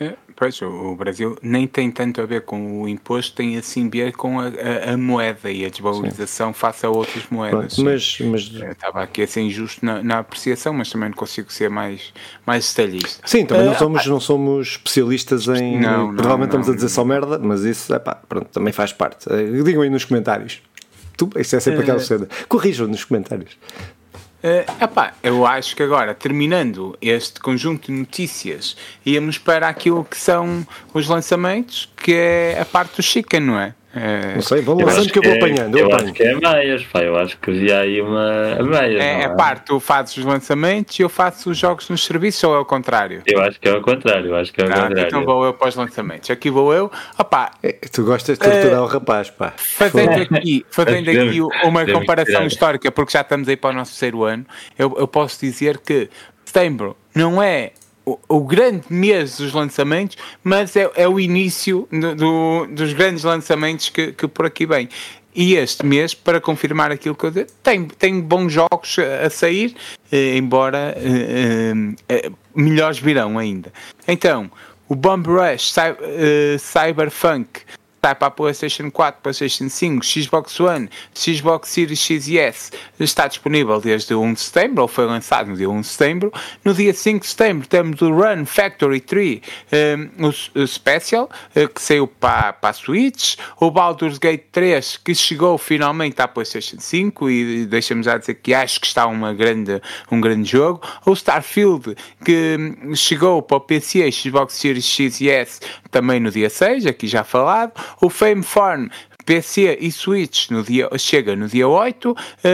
Pois, o Brasil nem tem tanto a ver com o imposto, tem assim a ver com a moeda e a desvalorização face a outras moedas. Pronto, mas estava aqui a ser injusto na apreciação, mas também não consigo ser mais detalhista. Sim, também não somos especialistas em... Provavelmente estamos a dizer só merda, mas isso, pronto, também faz parte. Digam aí nos comentários. Isso é sempre aquela cena. Corrijam nos comentários. Eu acho que agora, terminando este conjunto de notícias, íamos para aquilo que são os lançamentos, que é a parte do Chicken, não é? Não sei, vão lançando que eu vou apanhando. Eu acho que é meias, pá, eu acho que vi aí uma meias. É a parte, tu fazes os lançamentos e eu faço os jogos nos serviços, ou é o contrário? Eu acho que é o contrário, Então vou eu para os lançamentos. Aqui vou eu, tu gostas de torturar o rapaz, pá. Fazendo aqui uma comparação histórica, porque já estamos aí para o nosso terceiro ano, eu posso dizer que setembro não é o grande mês dos lançamentos, mas é o início dos grandes lançamentos que por aqui vem. E este mês, para confirmar aquilo que eu disse, tem bons jogos a sair, embora melhores virão ainda. Então, o Bomb Rush Cyberpunk sai para a PlayStation 4, PlayStation 5, Xbox One, Xbox Series X e S. Está disponível desde 1 de setembro, ou foi lançado no dia 1 de setembro. No dia 5 de setembro temos o Run Factory 3, o Special, que saiu para a Switch. O Baldur's Gate 3, que chegou finalmente à PlayStation 5, e deixa-me já dizer que acho que está um grande jogo. O Starfield, que chegou para o PC, Xbox Series X e S, também no dia 6, aqui já falado. O Fame Farm, PC e Switch chega no dia 8.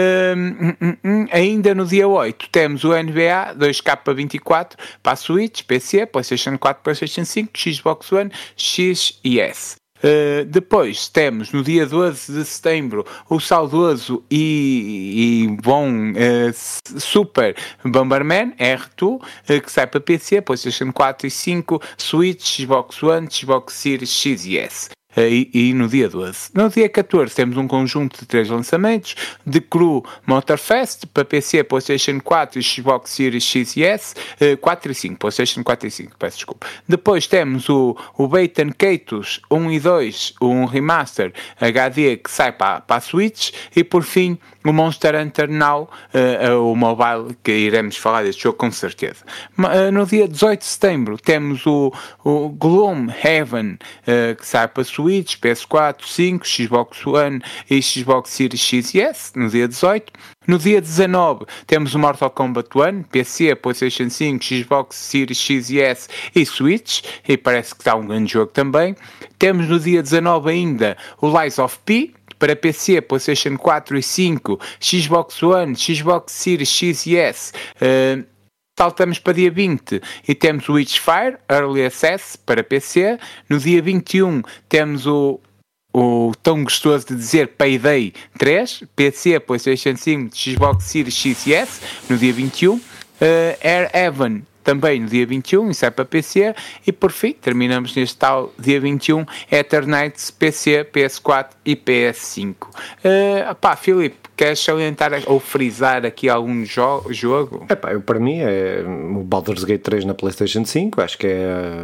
Ainda no dia 8 temos o NBA 2K24 para a Switch, PC, PlayStation 4, PlayStation 5, Xbox One, X e S. Depois temos no dia 12 de setembro o saudoso e bom Super Bomberman R2, que sai para PC, PlayStation 4 e 5, Switch, Xbox One, Xbox Series X e S. E no dia 12. No dia 14 temos um conjunto de 3 lançamentos: The Crew Motorfest para PC, PlayStation 4 e Xbox Series X e S, 4 e 5, PlayStation 4 e 5, peço desculpa. Depois temos o Baton Kaitos 1 e 2, um remaster HD que sai para a Switch, e por fim o Monster Hunter Now, o mobile, que iremos falar deste jogo com certeza. No dia 18 de setembro temos o Gloomhaven, que sai para Switch, PS4, 5, Xbox One e Xbox Series X e S, no dia 18. No dia 19 temos o Mortal Kombat 1, PC, PlayStation 5, Xbox Series X e S e Switch, e parece que está um grande jogo também. Temos no dia 19 ainda o Lies of P, para PC, PlayStation 4 e 5, Xbox One, Xbox Series X e S. Saltamos para dia 20 e temos o Witchfire Early Access para PC. No dia 21 temos o tão gostoso de dizer Payday 3, PC, PlayStation 5, Xbox Series X e S, no dia 21. Air Heaven também no dia 21, isso é para PC. E por fim, terminamos neste tal dia 21, Eternights PC, PS4 e PS5. Filipe, queres salientar ou frisar aqui algum jogo? Para mim é o Baldur's Gate 3 na PlayStation 5, acho que é...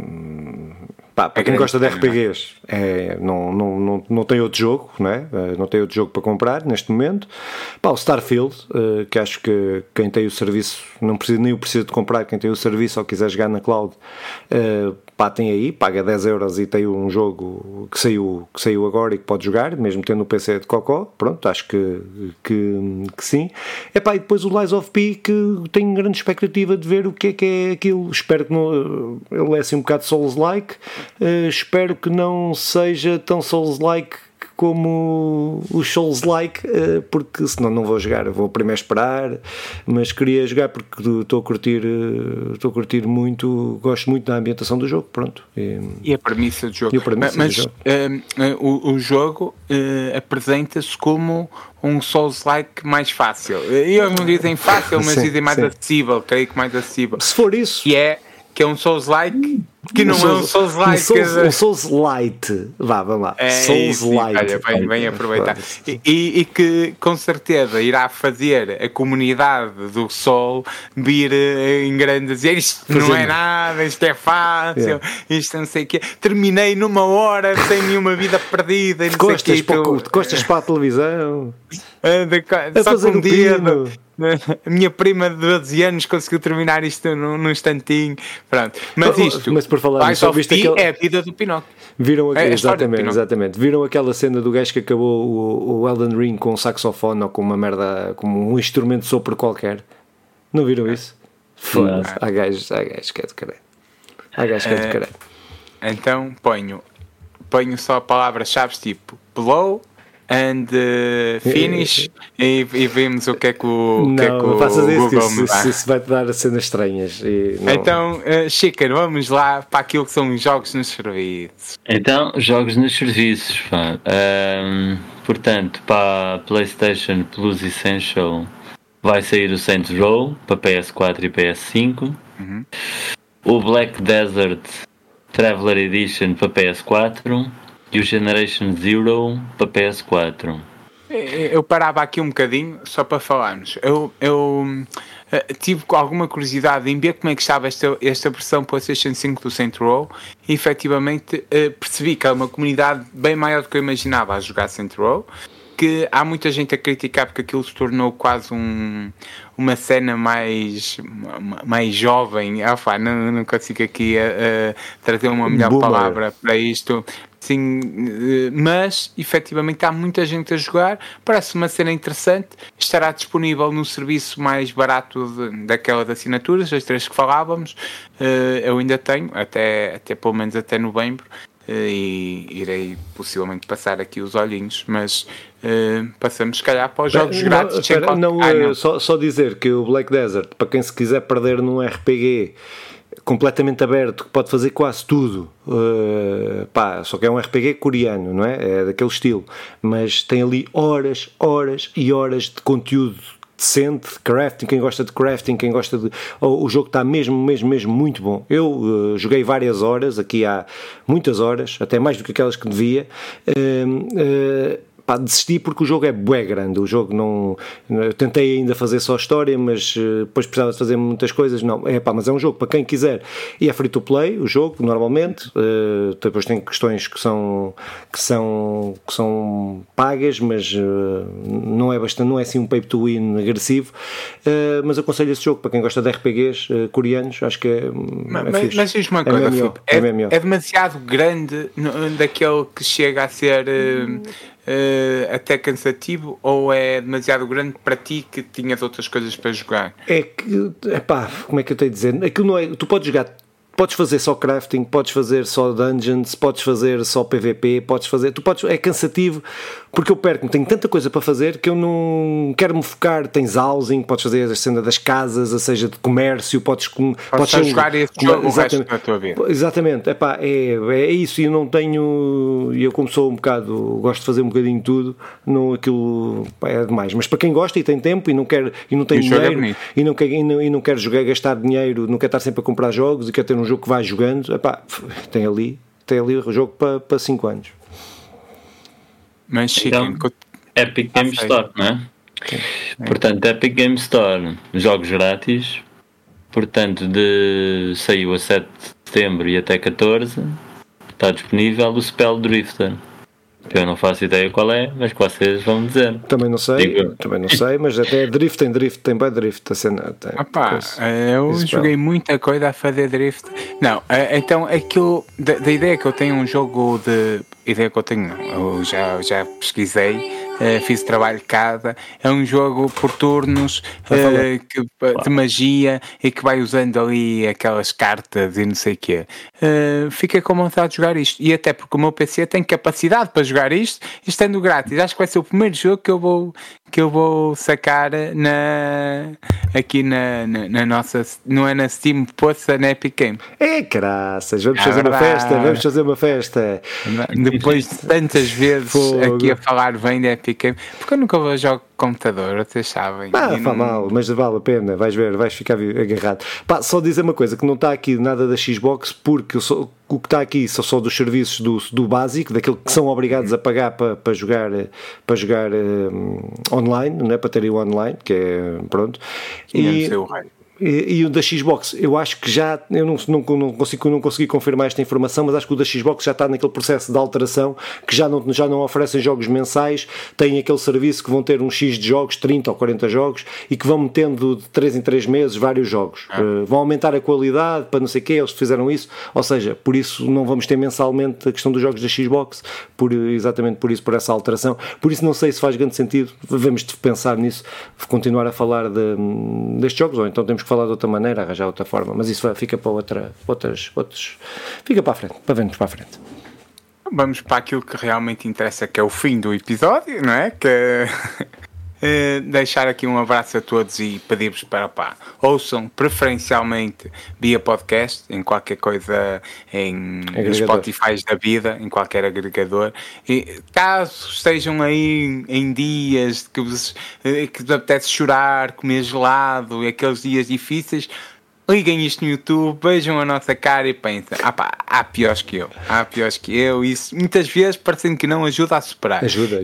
para quem gosta de RPGs, não tem outro jogo, não é? Não tem outro jogo para comprar neste momento. O Starfield, que acho que quem tem o serviço não precisa, nem o precisa de comprar. Quem tem o serviço ou quiser jogar na cloud, tem aí, paga 10€ e tem um jogo que saiu agora e que pode jogar, mesmo tendo o PC de cocó. Pronto, acho que sim. E depois o Lies of P, que tenho grande expectativa de ver o que é aquilo. Espero que ele é assim um bocado Souls-like. Espero que não seja tão Souls-like como os Souls-like, porque senão não vou jogar. Vou primeiro esperar, mas queria jogar porque estou a curtir muito, gosto muito da ambientação do jogo. Pronto. E a premissa do jogo. O jogo apresenta-se como um Souls-like mais fácil. Eles não dizem fácil, mas dizem mais acessível, creio que mais acessível. Se for isso... Que é um Souls-like Que não é um Souls-like. Um Souls-Light. Vamos lá. Souls-Light. Olha, bem aproveitar. E que com certeza irá fazer a comunidade do Sol vir em grande dizer isto não é nada, isto é fácil, isto não sei o quê. Terminei numa hora sem nenhuma vida perdida. De costas para a televisão. Só com um dedo. A minha prima de 12 anos conseguiu terminar isto num instantinho. Pronto. Mas por falar nisso, é a vida do Pinóquio. Viram exatamente. Viram aquela cena do gajo que acabou o Elden Ring com um saxofone ou com uma merda, como um instrumento de sopro qualquer? Não viram isso? Foda-se. Há gajos que é de caralho. Então ponho só palavras-chave tipo blow and finish e vemos o que é que o Google me dá. Isso vai-te dar cenas estranhas. Então, Chico, vamos lá para aquilo que são os jogos nos serviços. Então, jogos nos serviços. Portanto, para a PlayStation Plus Essential vai sair o Saints Row para PS4 e PS5. O Black Desert Traveler Edition para PS4 e o Generation Zero para PS4. Eu parava aqui um bocadinho só para falarmos. Eu tive alguma curiosidade em ver como é que estava esta versão PlayStation 5 do Saints Row e efetivamente percebi que há uma comunidade bem maior do que eu imaginava a jogar Saints Row, que há muita gente a criticar porque aquilo se tornou quase uma cena mais jovem. Não consigo aqui trazer uma melhor palavra para isto. Sim, mas efetivamente há muita gente a jogar, parece uma cena interessante, estará disponível no serviço mais barato daquela de assinaturas, as 3 que falávamos. Eu ainda tenho, até pelo menos até novembro, e irei possivelmente passar aqui os olhinhos, mas passamos se calhar para os jogos grátis. Só dizer que o Black Desert, para quem se quiser perder num RPG completamente aberto, que pode fazer quase tudo, só que é um RPG coreano, não é? É daquele estilo, mas tem ali horas e horas de conteúdo decente, de crafting, quem gosta de crafting, quem gosta de... o jogo está mesmo muito bom. Eu joguei várias horas, aqui há muitas horas, até mais do que aquelas que devia. Desisti porque o jogo é bué grande. O jogo não... Eu tentei ainda fazer só história, mas depois precisava de fazer muitas coisas. Não, mas é um jogo para quem quiser. E é free to play o jogo, normalmente. Depois tem questões que são pagas, mas não é assim um pay to win agressivo. Mas aconselho esse jogo para quem gosta de RPGs coreanos. Acho que é fixe. Mas diz uma coisa, Filipe, é demasiado grande daquele que chega a ser... até cansativo, ou é demasiado grande para ti que tinhas outras coisas para jogar? É que, como é que eu tenho a dizer? Aquilo não é, tu podes jogar, podes fazer só crafting, podes fazer só dungeons, podes fazer só PVP, é cansativo, porque eu perco-me, tenho tanta coisa para fazer que eu não quero me focar. Tens housing, podes fazer a cena das casas, a seja de comércio, podes jogar esse jogo o resto da tua vida. Exatamente, é isso, e eu não tenho, eu como sou um bocado, gosto de fazer um bocadinho de tudo, não, aquilo é demais, mas para quem gosta e tem tempo e não quer, e não tem dinheiro, e não quer jogar, gastar dinheiro, não quer estar sempre a comprar jogos e quer ter um jogo que vai jogando, tem ali o jogo para 5 anos. Mas então, Epic Game Store, não é? Portanto, Epic Game Store, jogos grátis. Portanto, saiu a 7 de setembro e até 14 está disponível o Spell Drifter. Eu não faço ideia qual é, mas que vocês vão dizer. Também não sei, mas até drift, tem bem drift a cena. Eu joguei muita coisa a fazer drift. Não, então aquilo da ideia que eu tenho, um jogo eu já pesquisei, fiz trabalho de casa, é um jogo por turnos de magia e que vai usando ali aquelas cartas e não sei o quê. Fiquei com vontade de jogar isto, e até porque o meu PC tem capacidade para jogar isto, estando grátis. Acho que vai ser o primeiro jogo que eu que eu vou sacar aqui na nossa, não é na Steam, poça, na Epic Game. Caraças, vamos fazer uma festa. Depois de tantas vezes aqui a falar bem da Epic Game, porque eu nunca vou jogar computador, vocês sabem. Faz mal, mas vale a pena, vais ver, vais ficar agarrado. Pá, só dizer uma coisa, que não está aqui nada da Xbox, porque o que está aqui são só dos serviços do básico, daquilo que são obrigados a pagar para jogar online, não é? Para terem o online, que é, pronto. E o da Xbox, eu acho que já, eu não consegui confirmar esta informação, mas acho que o da Xbox já está naquele processo de alteração, que já não oferecem jogos mensais, têm aquele serviço que vão ter um X de jogos, 30 ou 40 jogos, e que vão metendo de 3 em 3 meses vários jogos. Vão aumentar a qualidade para não sei o quê, eles fizeram isso, ou seja, por isso não vamos ter mensalmente a questão dos jogos da Xbox, exatamente por isso, por essa alteração. Por isso não sei se faz grande sentido, devemos pensar nisso, continuar a falar destes jogos, ou então temos que falar de outra maneira, arranjar outra forma, mas isso fica para outros, fica para a frente, para vermos para a frente. Vamos para aquilo que realmente interessa, que é o fim do episódio, não é? Que deixar aqui um abraço a todos e pedir-vos para ouçam preferencialmente via podcast, em qualquer coisa, em Spotify da vida, em qualquer agregador, e caso estejam aí em dias que vos apetece chorar, comer gelado, e aqueles dias difíceis, liguem isto no YouTube, vejam a nossa cara e pensem, há piores que eu, isso muitas vezes parecendo que não ajuda a superar. Ajuda.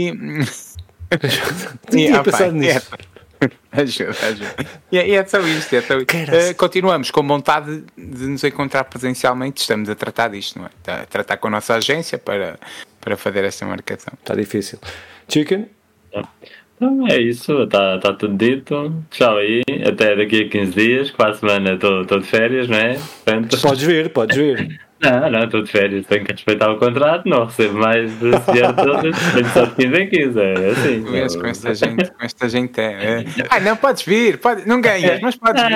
Tinha pensado nisso. Ajuda. E é só isto. Continuamos com vontade de nos encontrar presencialmente. Estamos a tratar disto, não é? A tratar com a nossa agência para fazer esta marcação. Está difícil. Chicken? Então é isso, está tudo dito. Tchau aí, até daqui a 15 dias, que para a semana estou de férias, não é? Portanto... Podes vir. Não, estou de férias, tenho que respeitar o contrato, não recebo mais de dinheiro todas, tenho só de 15 em 15, é assim. Tu vês, com esta gente não, podes vir, não ganhas, mas podes vir.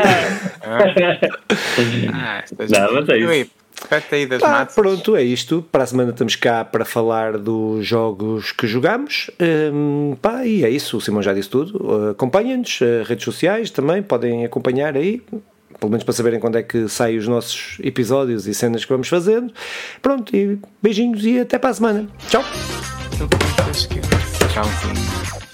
Não, mas é isso. Pronto, é isto. Para a semana estamos cá para falar dos jogos que jogamos. E é isso, o Simão já disse tudo. Acompanhem-nos, redes sociais também, podem acompanhar aí, pelo menos para saberem quando é que saem os nossos episódios e cenas que vamos fazendo. Pronto, e beijinhos e até para a semana. Tchau. Tchauzinho.